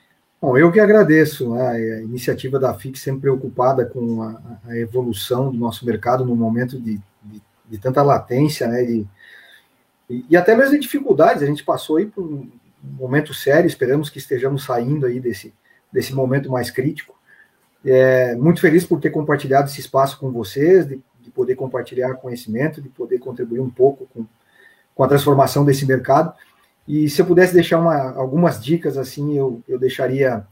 Bom, eu que agradeço, né, a iniciativa da F I C sempre preocupada com a, a evolução do nosso mercado no momento de, de, de tanta latência, né, de, e, e até mesmo de dificuldades. A gente passou aí por um momento sério, esperamos que estejamos saindo aí desse, desse momento mais crítico. É, muito feliz por ter compartilhado esse espaço com vocês, de, de poder compartilhar conhecimento, de poder contribuir um pouco com, com a transformação desse mercado. E se eu pudesse deixar uma, algumas dicas, assim, eu, eu deixaria...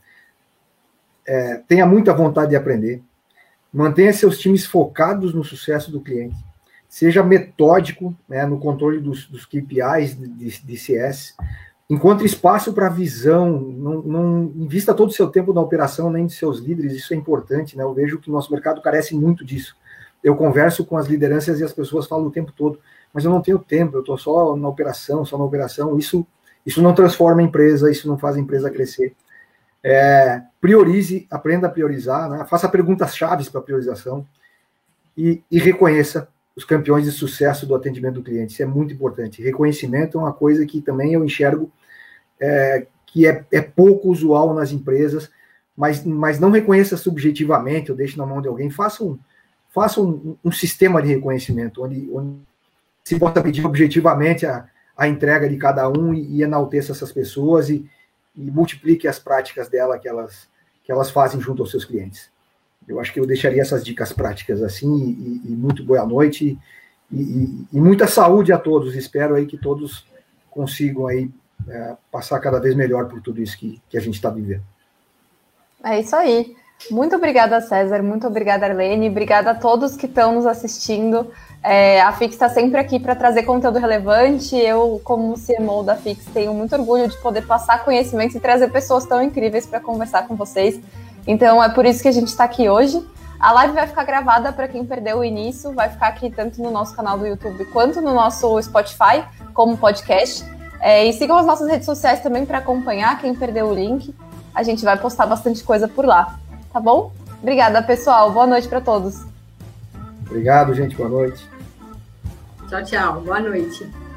É, tenha muita vontade de aprender, mantenha seus times focados no sucesso do cliente, seja metódico, né, no controle dos, dos K P Is de, de, de C S, encontre espaço para visão, não, não invista todo o seu tempo na operação, nem de seus líderes, isso é importante, né? Eu vejo que o nosso mercado carece muito disso. Eu converso com as lideranças e as pessoas falam o tempo todo, mas eu não tenho tempo, eu estou só na operação, só na operação, isso, isso não transforma a empresa, isso não faz a empresa crescer. É, priorize, aprenda a priorizar, né? Faça perguntas chaves para priorização e, e reconheça os campeões de sucesso do atendimento do cliente, isso é muito importante. Reconhecimento é uma coisa que também eu enxergo é, que é, é pouco usual nas empresas, mas, mas não reconheça subjetivamente ou deixe na mão de alguém, faça um, faça um, um sistema de reconhecimento, onde, onde se possa pedir objetivamente a, a entrega de cada um e, e enalteça essas pessoas e, e multiplique as práticas dela que elas, que elas fazem junto aos seus clientes. Eu acho que eu deixaria essas dicas práticas assim, e, e muito boa noite, e, e, e muita saúde a todos. Espero aí que todos consigam aí, é, passar cada vez melhor por tudo isso que, que a gente está vivendo. É isso aí. Muito obrigada, César. Muito obrigada, Arlene. Obrigada a todos que estão nos assistindo. É, a F I X está sempre aqui para trazer conteúdo relevante. Eu, como C M O da F I X, tenho muito orgulho de poder passar conhecimento e trazer pessoas tão incríveis para conversar com vocês. Então, é por isso que a gente está aqui hoje. A live vai ficar gravada para quem perdeu o início, vai ficar aqui tanto no nosso canal do YouTube quanto no nosso Spotify, como podcast. É, e sigam as nossas redes sociais também para acompanhar quem perdeu o link. A gente vai postar bastante coisa por lá, tá bom? Obrigada, pessoal. Boa noite para todos. Obrigado, gente. Boa noite. Tchau, tchau. Boa noite.